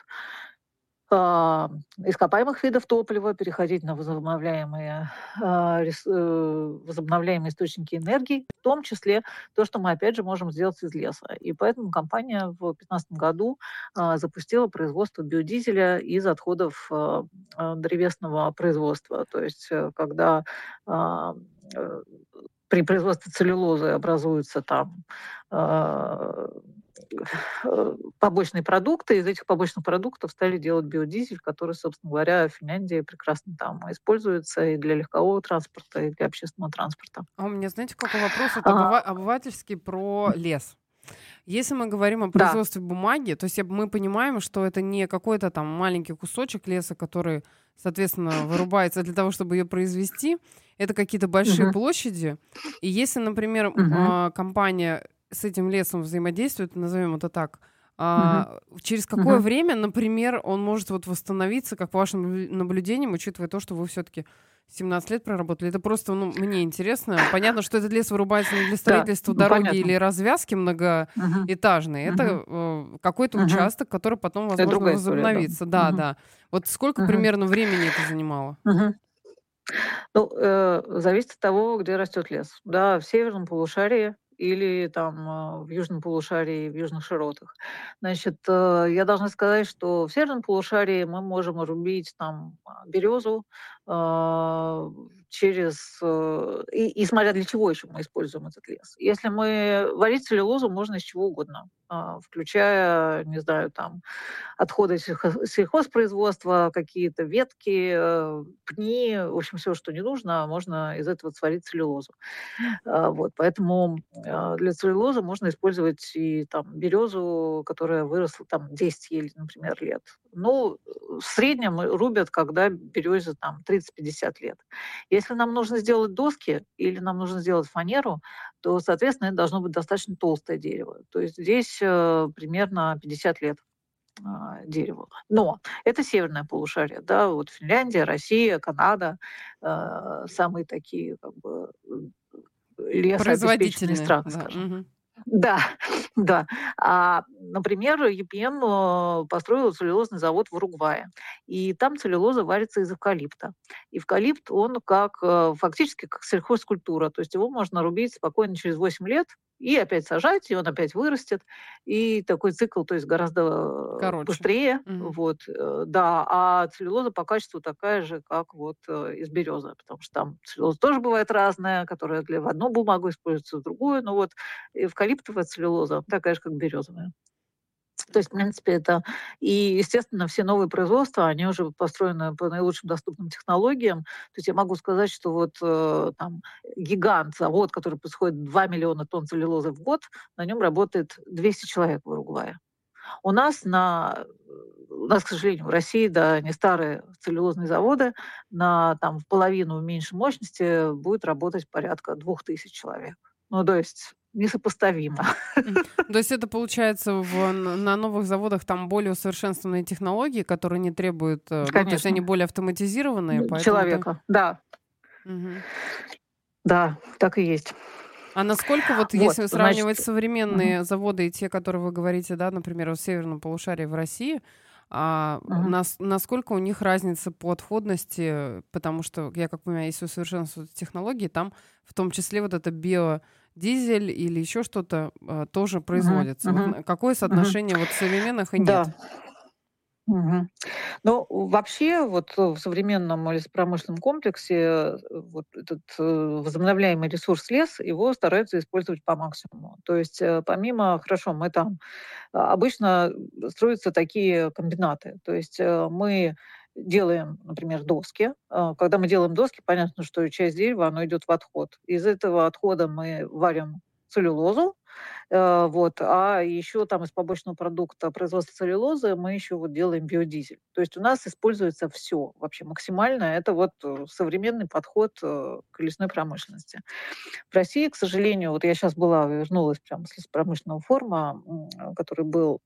[SPEAKER 2] ископаемых видов топлива, переходить на возобновляемые источники энергии, в том числе то, что мы, опять же, можем сделать из леса. И поэтому компания в 2015 году запустила производство биодизеля из отходов древесного производства. То есть, когда а, э, при производстве целлюлозы образуются там а, побочные продукты. Из этих побочных продуктов стали делать биодизель, который, собственно говоря, в Финляндии прекрасно там используется и для легкового транспорта, и для общественного транспорта.
[SPEAKER 1] А у меня, знаете, какой вопрос? Вот
[SPEAKER 2] А,
[SPEAKER 1] обывательский про лес. Если мы говорим о
[SPEAKER 2] да.
[SPEAKER 1] производстве бумаги, то есть мы понимаем, что это не какой-то там маленький кусочек леса, который, соответственно, вырубается для того, чтобы ее произвести. Это какие-то большие
[SPEAKER 2] Мгм.
[SPEAKER 1] площади. И если, например,
[SPEAKER 2] Мгм.
[SPEAKER 1] компания с этим лесом взаимодействует, назовем это так,
[SPEAKER 2] Мгм.
[SPEAKER 1] Через какое
[SPEAKER 2] Мгм.
[SPEAKER 1] время, например, он может вот восстановиться, как по вашим наблюдениям, учитывая то, что вы все-таки 17 лет проработали? Это просто, ну, мне интересно. Понятно, что этот лес вырубается не для
[SPEAKER 2] Да,
[SPEAKER 1] строительства дороги или
[SPEAKER 2] понятно.
[SPEAKER 1] развязки
[SPEAKER 2] Мгм.
[SPEAKER 1] многоэтажной.
[SPEAKER 2] Мгм.
[SPEAKER 1] Это какой-то
[SPEAKER 2] Мгм.
[SPEAKER 1] участок, который потом,
[SPEAKER 2] Это
[SPEAKER 1] возможно,
[SPEAKER 2] другая история, да.
[SPEAKER 1] возобновится. Да,
[SPEAKER 2] Мгм.
[SPEAKER 1] да. Вот сколько
[SPEAKER 2] Мгм.
[SPEAKER 1] примерно времени это занимало?
[SPEAKER 2] Мгм. Ну, зависит от того, где растет лес. Да, в северном полушарии или там в южном полушарии, в южных широтах. Значит, я должна сказать, что в северном полушарии мы можем рубить там березу а, через... и смотря для чего еще мы используем этот лес. Если мы варить целлюлозу, можно из чего угодно, включая, не знаю, там отходы сельхозпроизводства, какие-то ветки, пни, в общем, все, что не нужно, можно из этого сварить целлюлозу. Вот, поэтому для целлюлозы можно использовать и там березу, которая выросла там 10 елей, например, лет. Ну, в среднем рубят, когда березе там 30-50 лет. Если нам нужно сделать доски или нам нужно сделать фанеру, то, соответственно, это должно быть достаточно толстое дерево. То есть здесь примерно 50 лет дереву. Но это северное полушарие, да, вот Финляндия, Россия, Канада, самые такие как бы лесообеспеченные
[SPEAKER 1] Производительные,
[SPEAKER 2] страны,
[SPEAKER 1] да.
[SPEAKER 2] скажем.
[SPEAKER 1] Мгм.
[SPEAKER 2] Да, да. Например, EPM построил целлюлозный завод в Уругвае, и там целлюлоза варится из эвкалипта. Эвкалипт, он фактически как сельхозкультура, то есть его можно рубить спокойно через 8 лет и опять сажать, и он опять вырастет. И такой цикл, то есть гораздо
[SPEAKER 1] Короче.
[SPEAKER 2] быстрее.
[SPEAKER 1] Мгм.
[SPEAKER 2] Вот, да, а целлюлоза по качеству такая же, как вот из березы, потому что там целлюлоза тоже бывает разная, которая в одну бумагу используется, в другую. Но вот эвкалиптовая целлюлоза, такая же, как березовая. То есть, в принципе, это... И, естественно, все новые производства, они уже построены по наилучшим доступным технологиям. То есть я могу сказать, что вот там гигант, завод, который происходит 2 миллиона тонн целлюлозы в год, на нем работает 200 человек в Уругвае. У нас, к сожалению, в России, да, не старые целлюлозные заводы, там, в половину меньше мощности будет работать порядка 2000 человек. Ну, то есть несопоставимо.
[SPEAKER 1] То есть это получается на новых заводах там более усовершенствованные технологии, которые не требуют, ну, то есть они
[SPEAKER 2] Конечно.
[SPEAKER 1] более автоматизированные, поэтому там.
[SPEAKER 2] Человека, да,
[SPEAKER 1] Мгм.
[SPEAKER 2] да, так и есть.
[SPEAKER 1] А насколько вот
[SPEAKER 2] Вот,
[SPEAKER 1] если
[SPEAKER 2] значит,
[SPEAKER 1] сравнивать
[SPEAKER 2] мгм,
[SPEAKER 1] современные заводы и те, которые вы говорите, да, например, в северном полушарии в России,
[SPEAKER 2] мгм,
[SPEAKER 1] насколько у них разница по отходности, потому что, я как понимаю, если усовершенствуют технологии, там в том числе вот это биодизель или еще что-то тоже
[SPEAKER 2] мгм,
[SPEAKER 1] производится. Вот
[SPEAKER 2] мгм,
[SPEAKER 1] какое
[SPEAKER 2] мгм.
[SPEAKER 1] соотношение вот современных и нет?
[SPEAKER 2] Да. Мгм. Ну, вообще, вот в современном лесопромышленном комплексе вот этот возобновляемый ресурс лес, его стараются использовать по максимуму. То есть помимо, хорошо, мы там обычно строятся такие комбинаты. То есть мы делаем, например, доски. Когда мы делаем доски, понятно, что часть дерева, оно идет в отход. Из этого отхода мы варим целлюлозу, вот. А еще там из побочного продукта производства целлюлозы мы еще вот делаем биодизель. То есть у нас используется все вообще максимально. Это вот современный подход к лесной промышленности. В России, к сожалению, вот я сейчас вернулась прямо с лесопромышленного форума, который был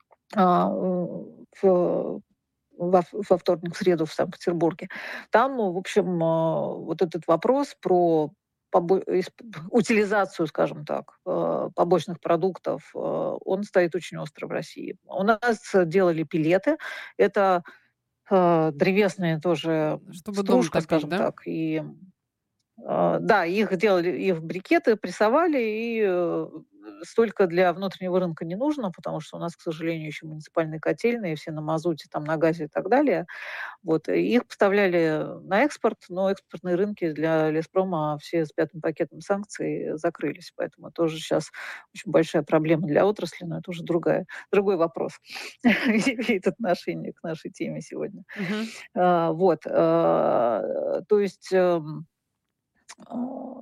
[SPEAKER 2] в во вторник, в среду в Санкт-Петербурге. Там, в общем, вот этот вопрос про утилизацию, скажем так, побочных продуктов, он стоит очень остро в России. У нас делали пилеты. Это древесная тоже
[SPEAKER 1] Чтобы дом
[SPEAKER 2] стружка,
[SPEAKER 1] топить,
[SPEAKER 2] скажем
[SPEAKER 1] да?
[SPEAKER 2] так, и да, их делали, их в брикеты прессовали, и столько для внутреннего рынка не нужно, потому что у нас, к сожалению, еще муниципальные котельные, все на мазуте, там, на газе и так далее. Вот, и их поставляли на экспорт, но экспортные рынки для леспрома все с пятым пакетом санкций закрылись. Поэтому тоже сейчас очень большая проблема для отрасли, но это уже другой вопрос. Имеет отношение к нашей теме сегодня.
[SPEAKER 1] Мгм.
[SPEAKER 2] Вот, то есть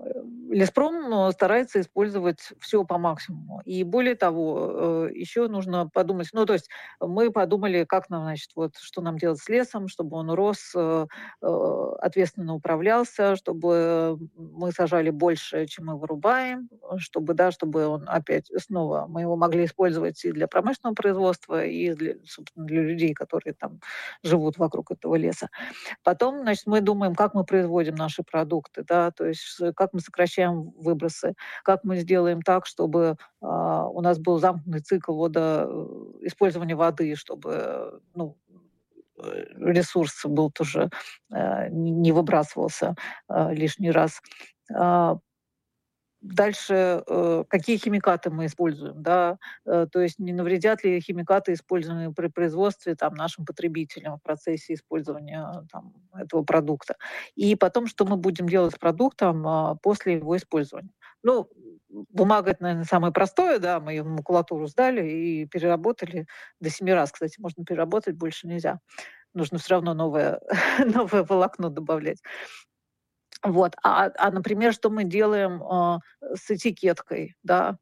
[SPEAKER 2] Леспром старается использовать все по максимуму. И более того, еще нужно подумать, ну, то есть мы подумали, как нам, значит, вот, что нам делать с лесом, чтобы он рос, ответственно управлялся, чтобы мы сажали больше, чем мы вырубаем, чтобы, да, чтобы он опять снова мы его могли использовать и для промышленного производства, и для, собственно, для людей, которые там живут вокруг этого леса. Потом, значит, мы думаем, как мы производим наши продукты, да, то есть как мы сокращаем выбросы, как мы сделаем так, чтобы у нас был замкнутый цикл использования воды, чтобы ну, ресурс был тоже не выбрасывался лишний раз. А, Дальше, какие химикаты мы используем, да, то есть не навредят ли химикаты, используемые при производстве там, нашим потребителям в процессе использования там, этого продукта. И потом, что мы будем делать с продуктом после его использования. Ну, бумага это, наверное, самое простое, да, мы ее в макулатуру сдали и переработали до 7 раз, кстати, можно переработать, больше нельзя. Нужно все равно новое, новое волокно добавлять. Вот. Например, что мы делаем с этикеткой, да,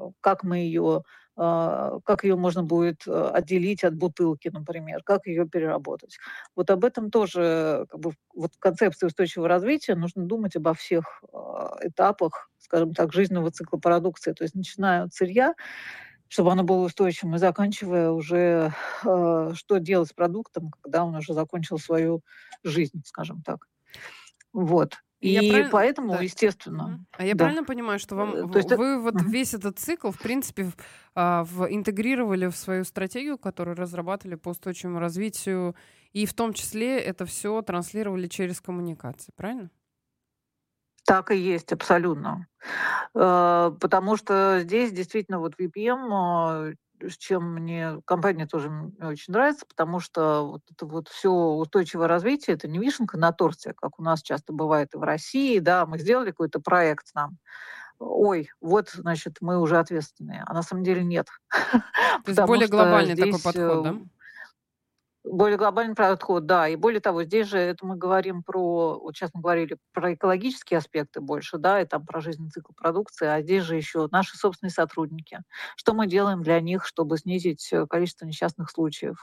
[SPEAKER 2] как ее можно будет отделить от бутылки, например, как ее переработать. Вот об этом тоже, как бы, вот в концепции устойчивого развития нужно думать обо всех этапах, скажем так, жизненного цикла продукции, то есть начиная от сырья, чтобы оно было устойчивым, и заканчивая уже, что делать с продуктом, когда он уже закончил свою жизнь, скажем так. Вот.
[SPEAKER 1] И я
[SPEAKER 2] И
[SPEAKER 1] правильно,
[SPEAKER 2] поэтому,
[SPEAKER 1] да.
[SPEAKER 2] естественно,
[SPEAKER 1] Мгм. А я
[SPEAKER 2] да.
[SPEAKER 1] правильно понимаю, что вам
[SPEAKER 2] То есть
[SPEAKER 1] вы вот
[SPEAKER 2] мгм.
[SPEAKER 1] весь этот цикл, в принципе, интегрировали в свою стратегию, которую разрабатывали по устойчивому развитию, и в том числе это все транслировали через коммуникации, правильно?
[SPEAKER 2] Так и есть, абсолютно. Потому что здесь действительно вот VPM, с чем мне компания тоже очень нравится, потому что вот это вот все устойчивое развитие — это не вишенка на торте, как у нас часто бывает и в России. Да, мы сделали какой-то проект там. Ой, вот, значит, мы уже ответственные. А на самом деле нет.
[SPEAKER 1] То есть
[SPEAKER 2] Потому
[SPEAKER 1] более
[SPEAKER 2] что
[SPEAKER 1] глобальный такой
[SPEAKER 2] здесь
[SPEAKER 1] подход, да?
[SPEAKER 2] более глобальный подход, да. И более того, здесь же это мы говорим про, вот сейчас мы говорили про экологические аспекты больше, да, и там про жизненный цикл продукции, а здесь же еще наши собственные сотрудники. Что мы делаем для них, чтобы снизить количество несчастных случаев?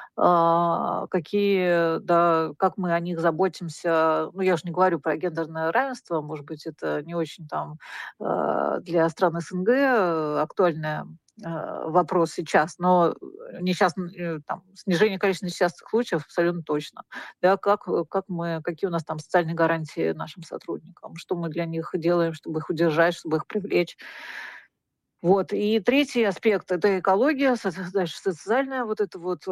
[SPEAKER 2] Да, как мы о них заботимся. Ну, я уже не говорю про гендерное равенство, может быть, это не очень там для стран СНГ актуальная вопрос сейчас, но там, снижение количества несчастных случаев абсолютно точно. Да, какие у нас там социальные гарантии нашим сотрудникам, что мы для них делаем, чтобы их удержать, чтобы их привлечь. Вот. И третий аспект — это экология, дальше социальная вот эта вот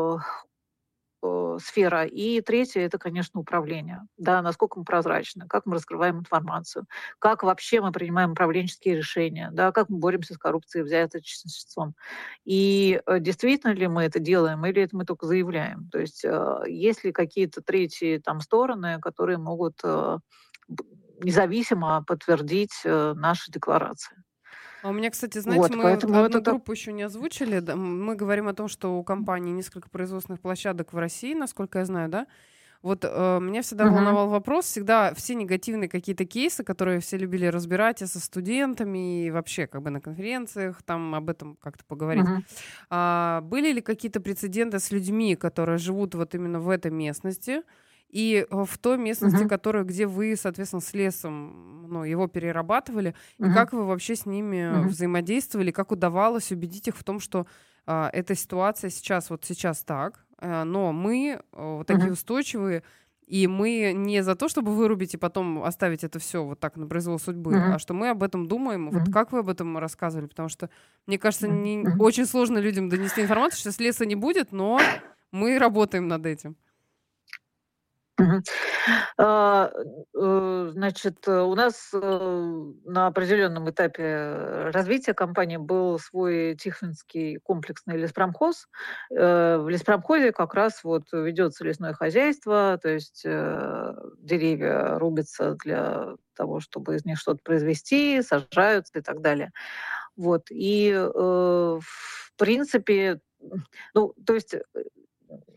[SPEAKER 2] сфера. И третье — это, конечно, управление. Да, насколько мы прозрачны, как мы раскрываем информацию, как вообще мы принимаем управленческие решения, да, как мы боремся с коррупцией и взяточеством. И действительно ли мы это делаем, или это мы только заявляем? То есть есть ли какие-то третьи там стороны, которые могут б- независимо подтвердить наши декларации?
[SPEAKER 1] А у меня, кстати, знаете,
[SPEAKER 2] Вот,
[SPEAKER 1] мы вот
[SPEAKER 2] поэтому
[SPEAKER 1] одну
[SPEAKER 2] это так.
[SPEAKER 1] группу еще не озвучили. Да, мы говорим о том, что у компании несколько производственных площадок в России, насколько я знаю, да? Вот меня всегда
[SPEAKER 2] Мгм.
[SPEAKER 1] волновал вопрос, всегда все негативные какие-то кейсы, которые все любили разбирать и со студентами, и вообще как бы на конференциях там об этом как-то поговорить.
[SPEAKER 2] Мгм.
[SPEAKER 1] Были ли какие-то прецеденты с людьми, которые живут вот именно в этой местности, и в той местности,
[SPEAKER 2] Мгм.
[SPEAKER 1] где вы, соответственно, с лесом, ну, его перерабатывали, и
[SPEAKER 2] Мгм.
[SPEAKER 1] как вы вообще с ними
[SPEAKER 2] Мгм.
[SPEAKER 1] взаимодействовали, как удавалось убедить их в том, что эта ситуация сейчас так, но мы вот такие
[SPEAKER 2] Мгм.
[SPEAKER 1] устойчивые, и мы не за то, чтобы вырубить и потом оставить это все вот так на произвол судьбы, а
[SPEAKER 2] Мгм.
[SPEAKER 1] что мы об этом думаем. Вот
[SPEAKER 2] Мгм.
[SPEAKER 1] как вы об этом рассказывали? Потому что, мне кажется,
[SPEAKER 2] Мгм. Мгм.
[SPEAKER 1] очень сложно людям донести информацию, что леса не будет, но мы работаем над этим.
[SPEAKER 2] Мгм. А, Значит, у нас на определенном этапе развития компании был свой Тихвинский комплексный леспромхоз. В леспромхозе как раз вот ведется лесное хозяйство, то есть деревья рубятся для того, чтобы из них что-то произвести, сажаются и так далее. В принципе, ну, то есть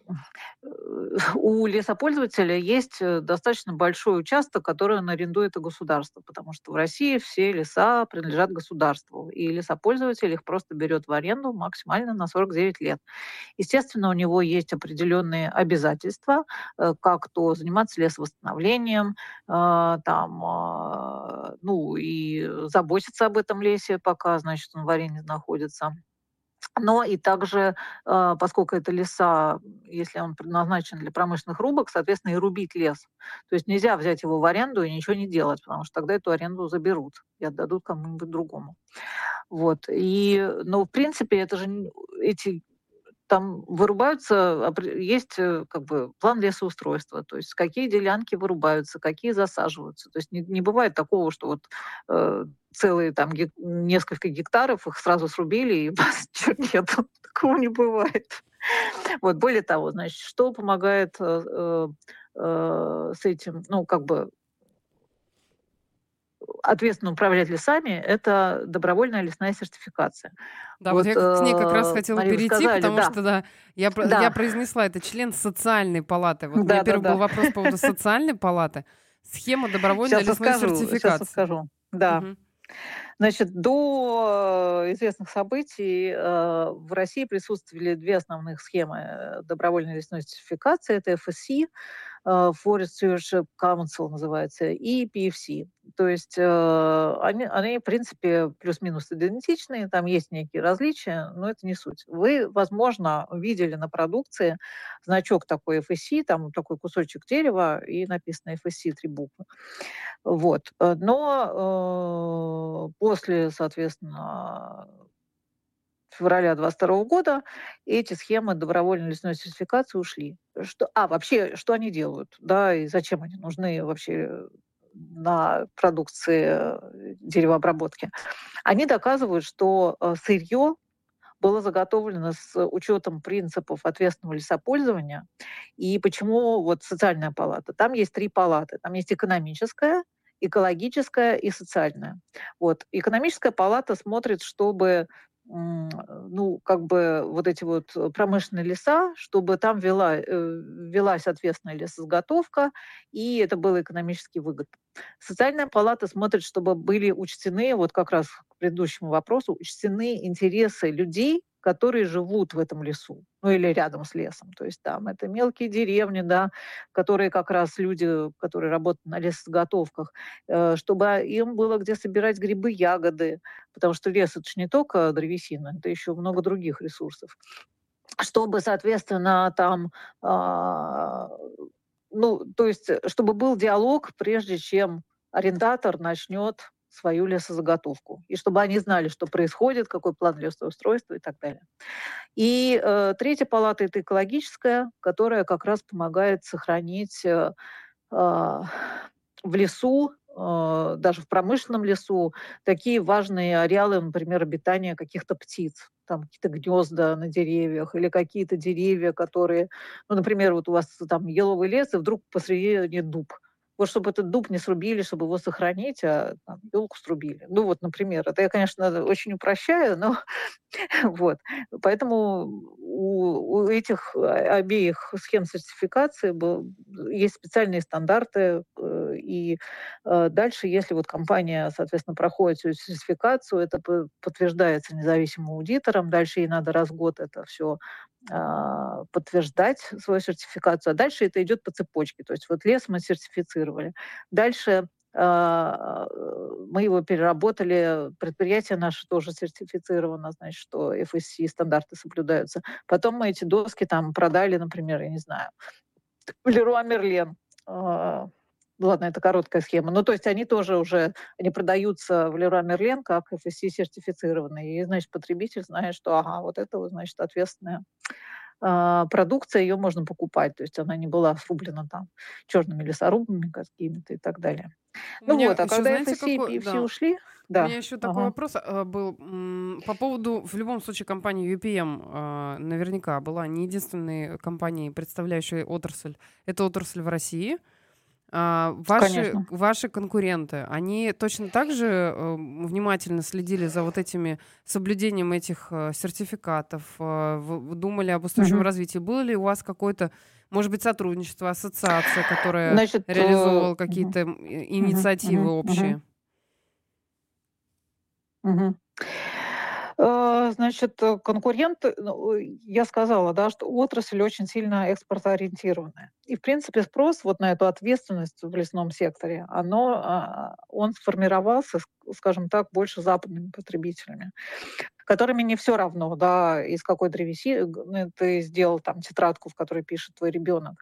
[SPEAKER 2] у лесопользователя есть достаточно большой участок, который он арендует у государства, потому что в России все леса принадлежат государству, и лесопользователь их просто берет в аренду максимально на 49 лет. Естественно, у него есть определенные обязательства, как то заниматься лесовосстановлением, ну и заботиться об этом лесе, пока, значит, он в аренде находится. Но и также, поскольку это леса, если он предназначен для промышленных рубок, соответственно, и рубить лес. То есть нельзя взять его в аренду и ничего не делать, потому что тогда эту аренду заберут и отдадут кому-нибудь другому. Вот. Но, в принципе, это же эти там вырубаются, есть как бы план лесоустройства, то есть какие делянки вырубаются, какие засаживаются. То есть не бывает такого, что вот целые там несколько гектаров их сразу срубили и вас ничего нету. Такого не бывает. Вот, более того, значит, что помогает с этим, ну, как бы ответственно управлять лесами — это добровольная лесная сертификация.
[SPEAKER 1] Да, вот
[SPEAKER 2] Вот,
[SPEAKER 1] я к ней как раз хотела
[SPEAKER 2] Мария, вы
[SPEAKER 1] перейти,
[SPEAKER 2] сказали,
[SPEAKER 1] потому
[SPEAKER 2] да,
[SPEAKER 1] что, да, я
[SPEAKER 2] да,
[SPEAKER 1] произнесла, это член социальной палаты. Вот у меня первый был
[SPEAKER 2] да-да-да.
[SPEAKER 1] вопрос по поводу социальной палаты. Схема добровольной лесной
[SPEAKER 2] Сейчас
[SPEAKER 1] сертификации.
[SPEAKER 2] расскажу. Да.
[SPEAKER 1] Мгм.
[SPEAKER 2] Значит, до известных событий в России присутствовали две основных схемы добровольной лесной сертификации. Это ФСИ, Forest Stewardship Council называется, и PFC. То есть они, в принципе, плюс-минус идентичные, там есть некие различия, но это не суть. Вы, возможно, видели на продукции значок такой FSC, там такой кусочек дерева, и написано FSC 3 буквы. Вот. Но после, соответственно, февраля 22 года эти схемы добровольной лесной сертификации ушли. Вообще, что они делают, да, и зачем они нужны вообще на продукции деревообработки? Они доказывают, что сырье было заготовлено с учетом принципов ответственного лесопользования. И почему вот социальная палата? Там есть три палаты. Там есть экономическая, экологическая и социальная. Вот. Экономическая палата смотрит, чтобы ну, как бы вот эти вот промышленные леса, чтобы там велась ответственная лесозаготовка, и это было экономически выгодно. Социальная палата смотрит, чтобы были учтены, вот как раз к предыдущему вопросу, учтены интересы людей, которые живут в этом лесу, ну или рядом с лесом. То есть там это мелкие деревни, да, которые как раз люди, которые работают на лесозаготовках, чтобы им было где собирать грибы, ягоды, потому что лес — это же не только древесина, это еще много других ресурсов. Чтобы, соответственно, там ну, то есть, чтобы был диалог, прежде чем арендатор начнет свою лесозаготовку. И чтобы они знали, что происходит, какой план лесоустройства и так далее. И третья палата — это экологическая, которая как раз помогает сохранить а, в лесу, даже в промышленном лесу, такие важные ареалы, например, обитания каких-то птиц. Там какие-то гнезда на деревьях или какие-то деревья, которые, ну, например, вот у вас там еловый лес, и вдруг посреди дуб. Вот чтобы этот дуб не срубили, чтобы его сохранить, а елку срубили. Ну вот, например, это я, конечно, очень упрощаю, но вот. Поэтому у этих обеих схем сертификации есть специальные стандарты. И дальше, если вот компания, соответственно, проходит всю сертификацию, это подтверждается независимым аудитором. Дальше ей надо раз в год это все подтверждать, свою сертификацию. А дальше это идет по цепочке. То есть вот лес мы сертифицировали. Дальше мы его переработали, предприятие наше тоже сертифицировано, значит, что FSC стандарты соблюдаются. Потом мы эти доски там продали, например, я не знаю, в Леруа Мерлен. Ладно, это короткая схема. Ну, то есть они тоже уже, они продаются в Леруа Мерлен как FSC сертифицированные. И, значит, потребитель знает, что, ага, вот это, вот, значит, ответственная продукция, ее можно покупать. То есть она не была срублена там черными лесорубами какими-то и так далее.
[SPEAKER 1] У
[SPEAKER 2] Ну
[SPEAKER 1] меня
[SPEAKER 2] вот, а
[SPEAKER 1] еще,
[SPEAKER 2] когда
[SPEAKER 1] знаете,
[SPEAKER 2] FSC и
[SPEAKER 1] какой,
[SPEAKER 2] PFC
[SPEAKER 1] да,
[SPEAKER 2] ушли,
[SPEAKER 1] у
[SPEAKER 2] да,
[SPEAKER 1] меня еще такой
[SPEAKER 2] ага.
[SPEAKER 1] вопрос был по поводу, в любом случае, компании UPM наверняка была не единственной компанией, представляющей отрасль. Это отрасль в России. Ваши,
[SPEAKER 2] Конечно.
[SPEAKER 1] ваши конкуренты, они точно так же внимательно следили за вот этими соблюдением этих сертификатов, думали об устойчивом
[SPEAKER 2] Мгм.
[SPEAKER 1] развитии? Было ли у вас какое-то, может быть, сотрудничество, ассоциация, которая
[SPEAKER 2] Значит,
[SPEAKER 1] реализовывала
[SPEAKER 2] мгм,
[SPEAKER 1] какие-то
[SPEAKER 2] мгм,
[SPEAKER 1] инициативы
[SPEAKER 2] мгм, мгм,
[SPEAKER 1] общие?
[SPEAKER 2] мгм. Значит, конкуренты, ну, я сказала, да, что отрасль очень сильно экспортоориентированная. И, в принципе, спрос вот на эту ответственность в лесном секторе, он сформировался, скажем так, больше западными потребителями, которыми не все равно, да, из какой древесины ты сделал там тетрадку, в которой пишет твой ребенок.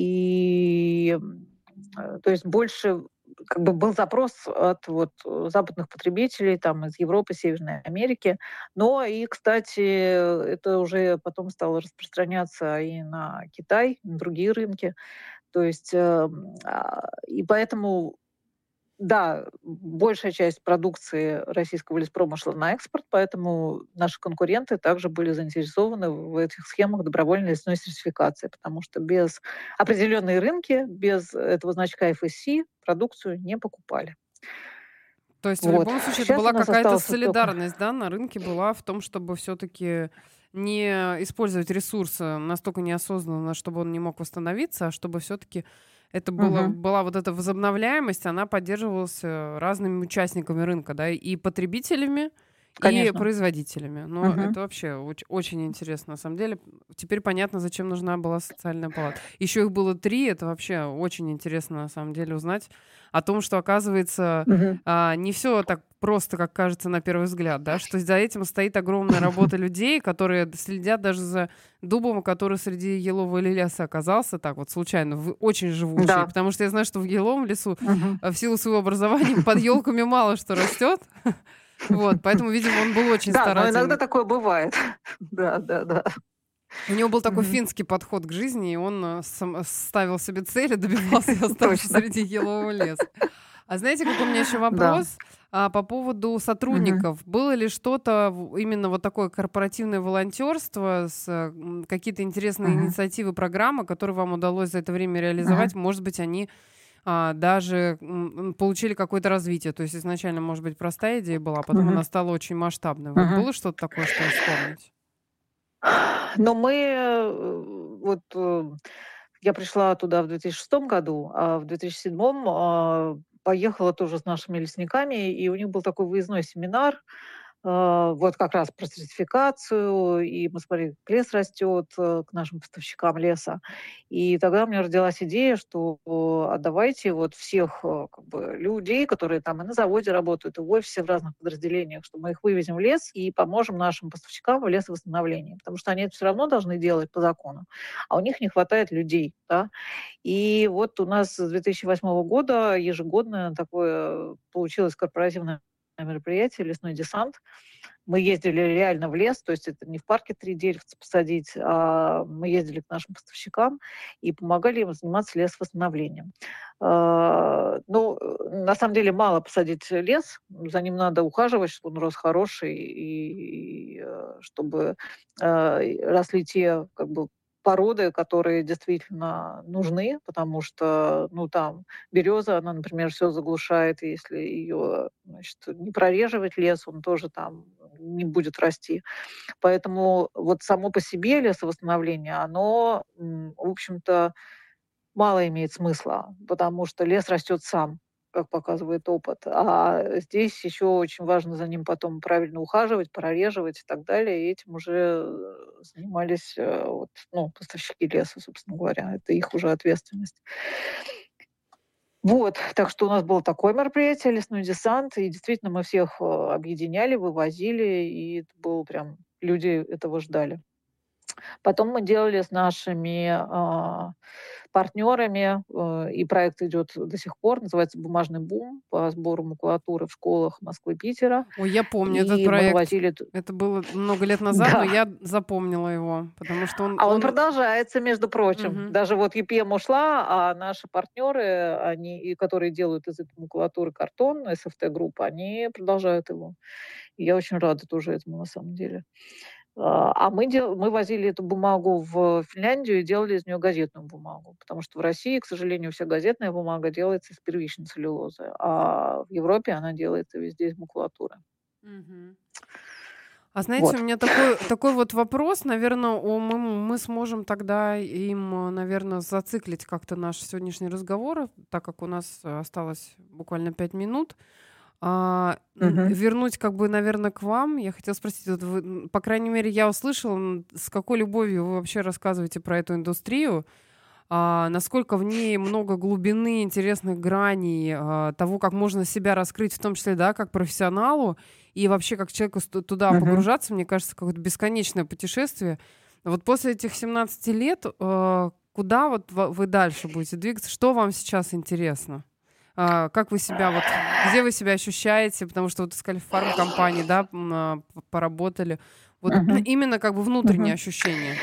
[SPEAKER 2] То есть больше как бы был запрос от вот западных потребителей там из Европы, Северной Америки. Но и, кстати, это уже потом стало распространяться и на Китай, и на другие рынки. То есть, и поэтому да, большая часть продукции российского леспрома шла на экспорт, поэтому наши конкуренты также были заинтересованы в этих схемах добровольной лесной сертификации, потому что без определенные рынки, без этого значка FSC продукцию не покупали.
[SPEAKER 1] То есть в
[SPEAKER 2] Вот.
[SPEAKER 1] любом случае это
[SPEAKER 2] Сейчас у
[SPEAKER 1] была
[SPEAKER 2] нас
[SPEAKER 1] какая-то
[SPEAKER 2] остался только...
[SPEAKER 1] солидарность, да, на рынке была в том, чтобы все-таки не использовать ресурсы настолько неосознанно, чтобы он не мог восстановиться, а чтобы все-таки это
[SPEAKER 2] Мгм.
[SPEAKER 1] была вот эта возобновляемость, она поддерживалась разными участниками рынка, да, и потребителями, и
[SPEAKER 2] Конечно.
[SPEAKER 1] производителями. Но
[SPEAKER 2] Мгм.
[SPEAKER 1] это вообще очень интересно, на самом деле. Теперь понятно, зачем нужна была социальная палата. Еще их было 3, это вообще очень интересно, на самом деле, узнать о том, что, оказывается,
[SPEAKER 2] Мгм.
[SPEAKER 1] не все так просто, как кажется на первый взгляд, да, что за этим стоит огромная работа людей, которые следят даже за дубом, который среди елового леса оказался, так вот случайно, очень живучий.
[SPEAKER 2] Да.
[SPEAKER 1] Потому что я знаю, что в еловом лесу
[SPEAKER 2] Мгм.
[SPEAKER 1] в силу своего образования под елками мало что растет. Вот, поэтому, видимо, он был очень
[SPEAKER 2] Да, но иногда
[SPEAKER 1] старательный.
[SPEAKER 2] такое бывает. Да, да, да.
[SPEAKER 1] У него был такой
[SPEAKER 2] Мгм.
[SPEAKER 1] финский подход к жизни, и он ставил себе цель и добивался остаться
[SPEAKER 2] Точно.
[SPEAKER 1] среди елового леса. А знаете, какой у меня еще
[SPEAKER 2] Да.
[SPEAKER 1] вопрос по поводу
[SPEAKER 2] Мгм.
[SPEAKER 1] сотрудников? Было ли что-то, именно вот такое корпоративное волонтерство, какие-то интересные
[SPEAKER 2] Мгм.
[SPEAKER 1] инициативы, программы, которые вам удалось за это время реализовать?
[SPEAKER 2] Мгм.
[SPEAKER 1] Может быть, они даже получили какое-то развитие. То есть изначально, может быть, простая идея была, а потом она
[SPEAKER 2] Мгм.
[SPEAKER 1] стала очень масштабной. Вот
[SPEAKER 2] Мгм.
[SPEAKER 1] было что-то такое, что вспомнить?
[SPEAKER 2] Но мы, я пришла туда в 2006 году, а в 2007 поехала тоже с нашими лесниками, и у них был такой выездной семинар, вот как раз про сертификацию, и мы смотрели, как лес растет, к нашим поставщикам леса. И тогда у меня родилась идея, что а давайте вот всех как бы, людей, которые там и на заводе работают, и в офисе в разных подразделениях, что мы их вывезем в лес и поможем нашим поставщикам в лесовосстановлении, потому что они это все равно должны делать по закону, а у них не хватает людей. Да? И вот у нас с 2008 года ежегодно такое получилось корпоративное мероприятие «Лесной десант». Мы ездили реально в лес, то есть это не в парке 3 деревца посадить, а мы ездили к нашим поставщикам и помогали им заниматься лесовосстановлением. На самом деле мало посадить лес, за ним надо ухаживать, чтобы он рос хороший чтобы росли те как бы породы, которые действительно нужны, потому что, ну, там береза, она, например, все заглушает, и если ее, значит, не прореживать лес, он тоже там не будет расти. Поэтому вот само по себе лесовосстановление, оно, в общем-то, мало имеет смысла, потому что лес растет сам, как показывает опыт. А здесь еще очень важно за ним потом правильно ухаживать, прореживать и так далее. И этим уже занимались поставщики леса, собственно говоря. Это их уже ответственность. Вот, так что у нас было такое мероприятие «Лесной десант», и действительно мы всех объединяли, вывозили, и это было прям люди этого ждали. Потом мы делали с нашими партнерами, и проект идет до сих пор, называется «Бумажный бум» по сбору макулатуры в школах Москвы, Питера.
[SPEAKER 1] Ой, я помню этот
[SPEAKER 2] И мы
[SPEAKER 1] проект.
[SPEAKER 2] возили...
[SPEAKER 1] Это было много лет назад, но
[SPEAKER 2] Да,
[SPEAKER 1] я запомнила его, потому что
[SPEAKER 2] а он
[SPEAKER 1] он
[SPEAKER 2] продолжается, между прочим.
[SPEAKER 1] мгм.
[SPEAKER 2] Даже вот EPM ушла, а наши партнеры, которые делают из этой макулатуры картон, СФТ группа, они продолжают его. И я очень рада тоже этому на самом деле. Мы возили эту бумагу в Финляндию и делали из нее газетную бумагу, потому что в России, к сожалению, вся газетная бумага делается из первичной целлюлозы, а в Европе она делается везде из макулатуры.
[SPEAKER 1] Мгм. А знаете, у
[SPEAKER 2] Вот.
[SPEAKER 1] меня такой вот вопрос, наверное, мы сможем тогда им, наверное, зациклить как-то наш сегодняшний разговор, так как у нас осталось буквально 5 минут.
[SPEAKER 2] Мгм.
[SPEAKER 1] Вернуть, как бы, наверное, к вам. Я хотела спросить, вот вы, по крайней мере, я услышала, с какой любовью вы вообще рассказываете про эту индустрию, насколько в ней много глубины, интересных граней, того, как можно себя раскрыть, в том числе, да, как профессионалу, и вообще как человеку туда
[SPEAKER 2] Мгм.
[SPEAKER 1] погружаться, мне кажется, какое-то бесконечное путешествие. Вот после этих 17 лет, куда вот вы дальше будете двигаться? Что вам сейчас интересно? Как вы себя вот, где вы себя ощущаете? Потому что вот искали в фармкомпании, да, поработали. Вот
[SPEAKER 2] Мгм.
[SPEAKER 1] именно как бы внутренние
[SPEAKER 2] Мгм.
[SPEAKER 1] ощущения.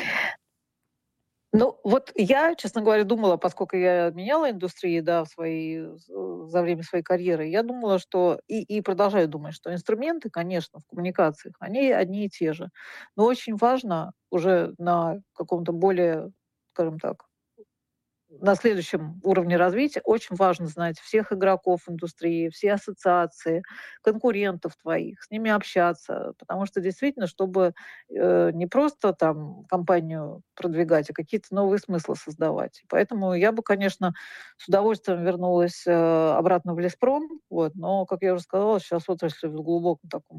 [SPEAKER 2] Ну, вот я, честно говоря, думала, поскольку я меняла индустрии, да, за время своей карьеры, я думала, что и продолжаю думать, что инструменты, конечно, в коммуникациях, они одни и те же. Но очень важно уже на каком-то более, скажем так, на следующем уровне развития очень важно знать всех игроков индустрии, все ассоциации, конкурентов твоих, с ними общаться, потому что действительно, чтобы не просто там компанию продвигать, а какие-то новые смыслы создавать. Поэтому я бы, конечно, с удовольствием вернулась обратно в леспром, вот, но, как я уже сказала, сейчас отрасль в глубоком таком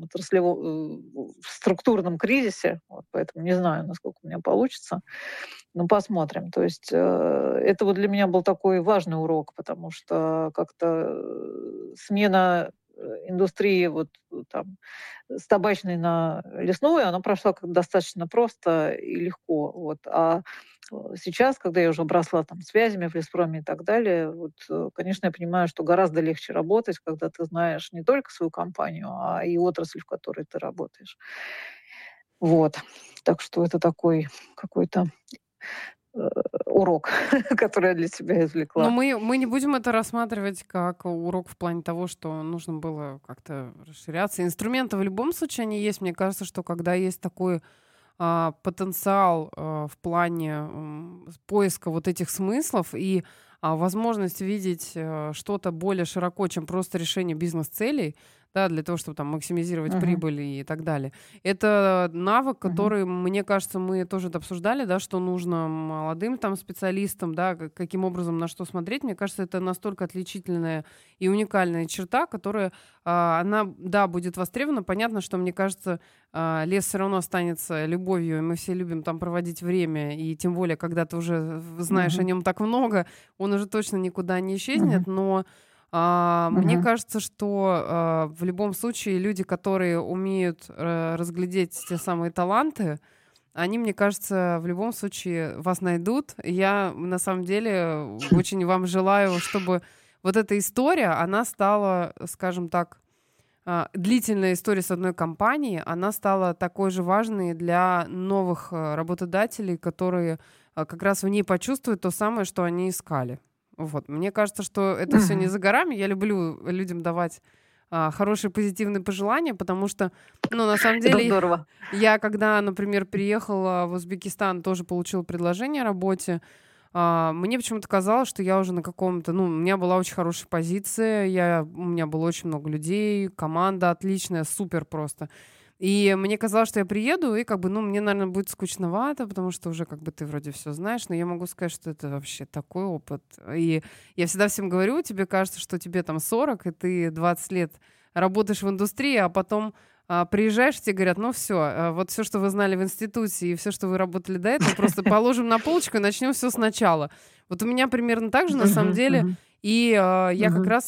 [SPEAKER 2] структурном кризисе, вот, поэтому не знаю, насколько у меня получится. Ну, посмотрим. То есть, это вот для меня был такой важный урок, потому что как-то, смена, индустрии вот, там с табачной на лесную, она прошла как достаточно просто и легко. Вот. Сейчас, когда я уже обросла там связями в леспроме и так далее, вот, конечно, я понимаю, что гораздо легче работать, когда ты знаешь не только свою компанию, а и отрасль, в которой ты работаешь. Вот. Так что это такой какой-то э, урок, который я для себя
[SPEAKER 1] Но
[SPEAKER 2] извлекла.
[SPEAKER 1] мы не будем это рассматривать как урок в плане того, что нужно было как-то расширяться. Инструменты в любом случае они есть. Мне кажется, что когда есть такой потенциал в плане поиска вот этих смыслов и возможность видеть что-то более широко, чем просто решение бизнес-целей, да, для того, чтобы там максимизировать
[SPEAKER 2] Мгм.
[SPEAKER 1] прибыль и так далее. Это навык,
[SPEAKER 2] Мгм.
[SPEAKER 1] который, мне кажется, мы тоже это обсуждали, да, что нужно молодым там специалистам, да, каким образом на что смотреть. Мне кажется, это настолько отличительная и уникальная черта, которая, она, да, будет востребована. Понятно, что, мне кажется, лес все равно останется любовью, и мы все любим там проводить время, и тем более, когда ты уже знаешь о
[SPEAKER 2] Мгм.
[SPEAKER 1] нем так много, он уже точно никуда не исчезнет,
[SPEAKER 2] Мгм.
[SPEAKER 1] но мне
[SPEAKER 2] Мгм.
[SPEAKER 1] кажется, что в любом случае люди, которые умеют разглядеть те самые таланты, они, мне кажется, в любом случае вас найдут. Я на самом деле очень вам желаю, чтобы вот эта история, она стала, скажем так, длительная история с одной компанией, она стала такой же важной для новых работодателей, которые как раз в ней почувствуют то самое, что они искали. Вот. Мне кажется, что это все не
[SPEAKER 2] Мгм.
[SPEAKER 1] за горами. Я люблю людям давать хорошие позитивные пожелания, потому что, ну, на самом
[SPEAKER 2] Это
[SPEAKER 1] деле,
[SPEAKER 2] здорово.
[SPEAKER 1] я когда, например, приехала в Узбекистан, тоже получила предложение о работе. Мне почему-то казалось, что я уже на каком-то, ну, у меня была очень хорошая позиция, у меня было очень много людей, команда отличная, супер просто. И мне казалось, что я приеду, и как бы, ну, мне, наверное, будет скучновато, потому что уже как бы ты вроде все знаешь, но я могу сказать, что это вообще такой опыт. И я всегда всем говорю, тебе кажется, что тебе там 40, и ты 20 лет работаешь в индустрии, а потом приезжаешь, тебе говорят, ну все, вот все, что вы знали в институте и все, что вы работали до этого, просто положим на полочку и начнем все сначала. Вот у меня примерно так же на самом
[SPEAKER 2] Мгм.
[SPEAKER 1] деле.
[SPEAKER 2] Мгм.
[SPEAKER 1] И я как
[SPEAKER 2] Мгм.
[SPEAKER 1] раз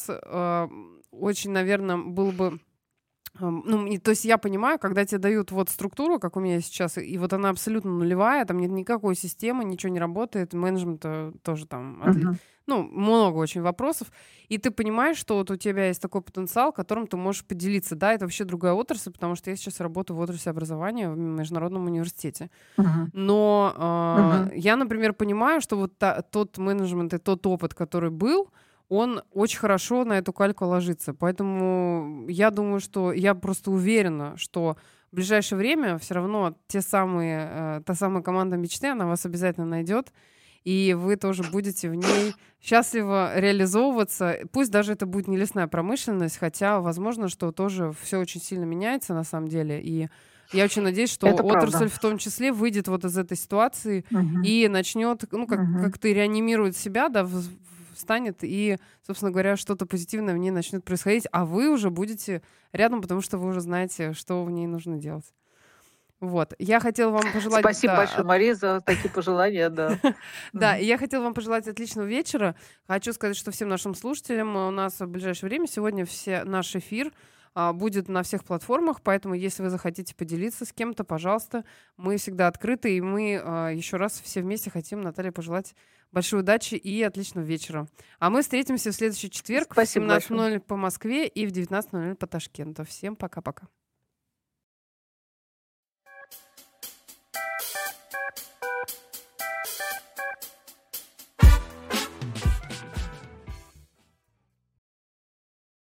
[SPEAKER 1] очень, наверное, было бы ну, то есть я понимаю, когда тебе дают вот структуру, как у меня сейчас, и вот она абсолютно нулевая, там нет никакой системы, ничего не работает, менеджмент тоже там,
[SPEAKER 2] Мгм.
[SPEAKER 1] ну, много очень вопросов, и ты понимаешь, что вот у тебя есть такой потенциал, которым ты можешь поделиться. Да, это вообще другая отрасль, потому что я сейчас работаю в отрасли образования в Международном университете.
[SPEAKER 2] Мгм.
[SPEAKER 1] Но
[SPEAKER 2] Мгм.
[SPEAKER 1] я, например, понимаю, что вот тот менеджмент и тот опыт, который был, он очень хорошо на эту кальку ложится. Поэтому я думаю, что я просто уверена, что в ближайшее время все равно та самая команда мечты, она вас обязательно найдет, и вы тоже будете в ней счастливо реализовываться. Пусть даже это будет не лесная промышленность, хотя, возможно, что тоже все очень сильно меняется на самом деле, и я очень надеюсь, что
[SPEAKER 2] Это
[SPEAKER 1] отрасль
[SPEAKER 2] правда.
[SPEAKER 1] в том числе выйдет вот из этой ситуации
[SPEAKER 2] Мгм.
[SPEAKER 1] и начнет, ну,
[SPEAKER 2] Мгм.
[SPEAKER 1] как-то реанимирует себя, да, встанет и, собственно говоря, что-то позитивное в ней начнет происходить, а вы уже будете рядом, потому что вы уже знаете, что в ней нужно делать. Вот. Я хотела вам пожелать,
[SPEAKER 2] Спасибо большое, Мария, за такие пожелания, да.
[SPEAKER 1] да,
[SPEAKER 2] Мгм.
[SPEAKER 1] и я хотела вам пожелать отличного вечера. Хочу сказать, что всем нашим слушателям у нас в ближайшее время сегодня наш эфир будет на всех платформах, поэтому если вы захотите поделиться с кем-то, пожалуйста, мы всегда открыты, и мы еще раз все вместе хотим Наталье пожелать большой удачи и отличного вечера. А мы встретимся в следующий четверг в
[SPEAKER 2] Спасибо большое.
[SPEAKER 1] 17:00 по Москве и в 19:00 по Ташкенту. Всем пока-пока.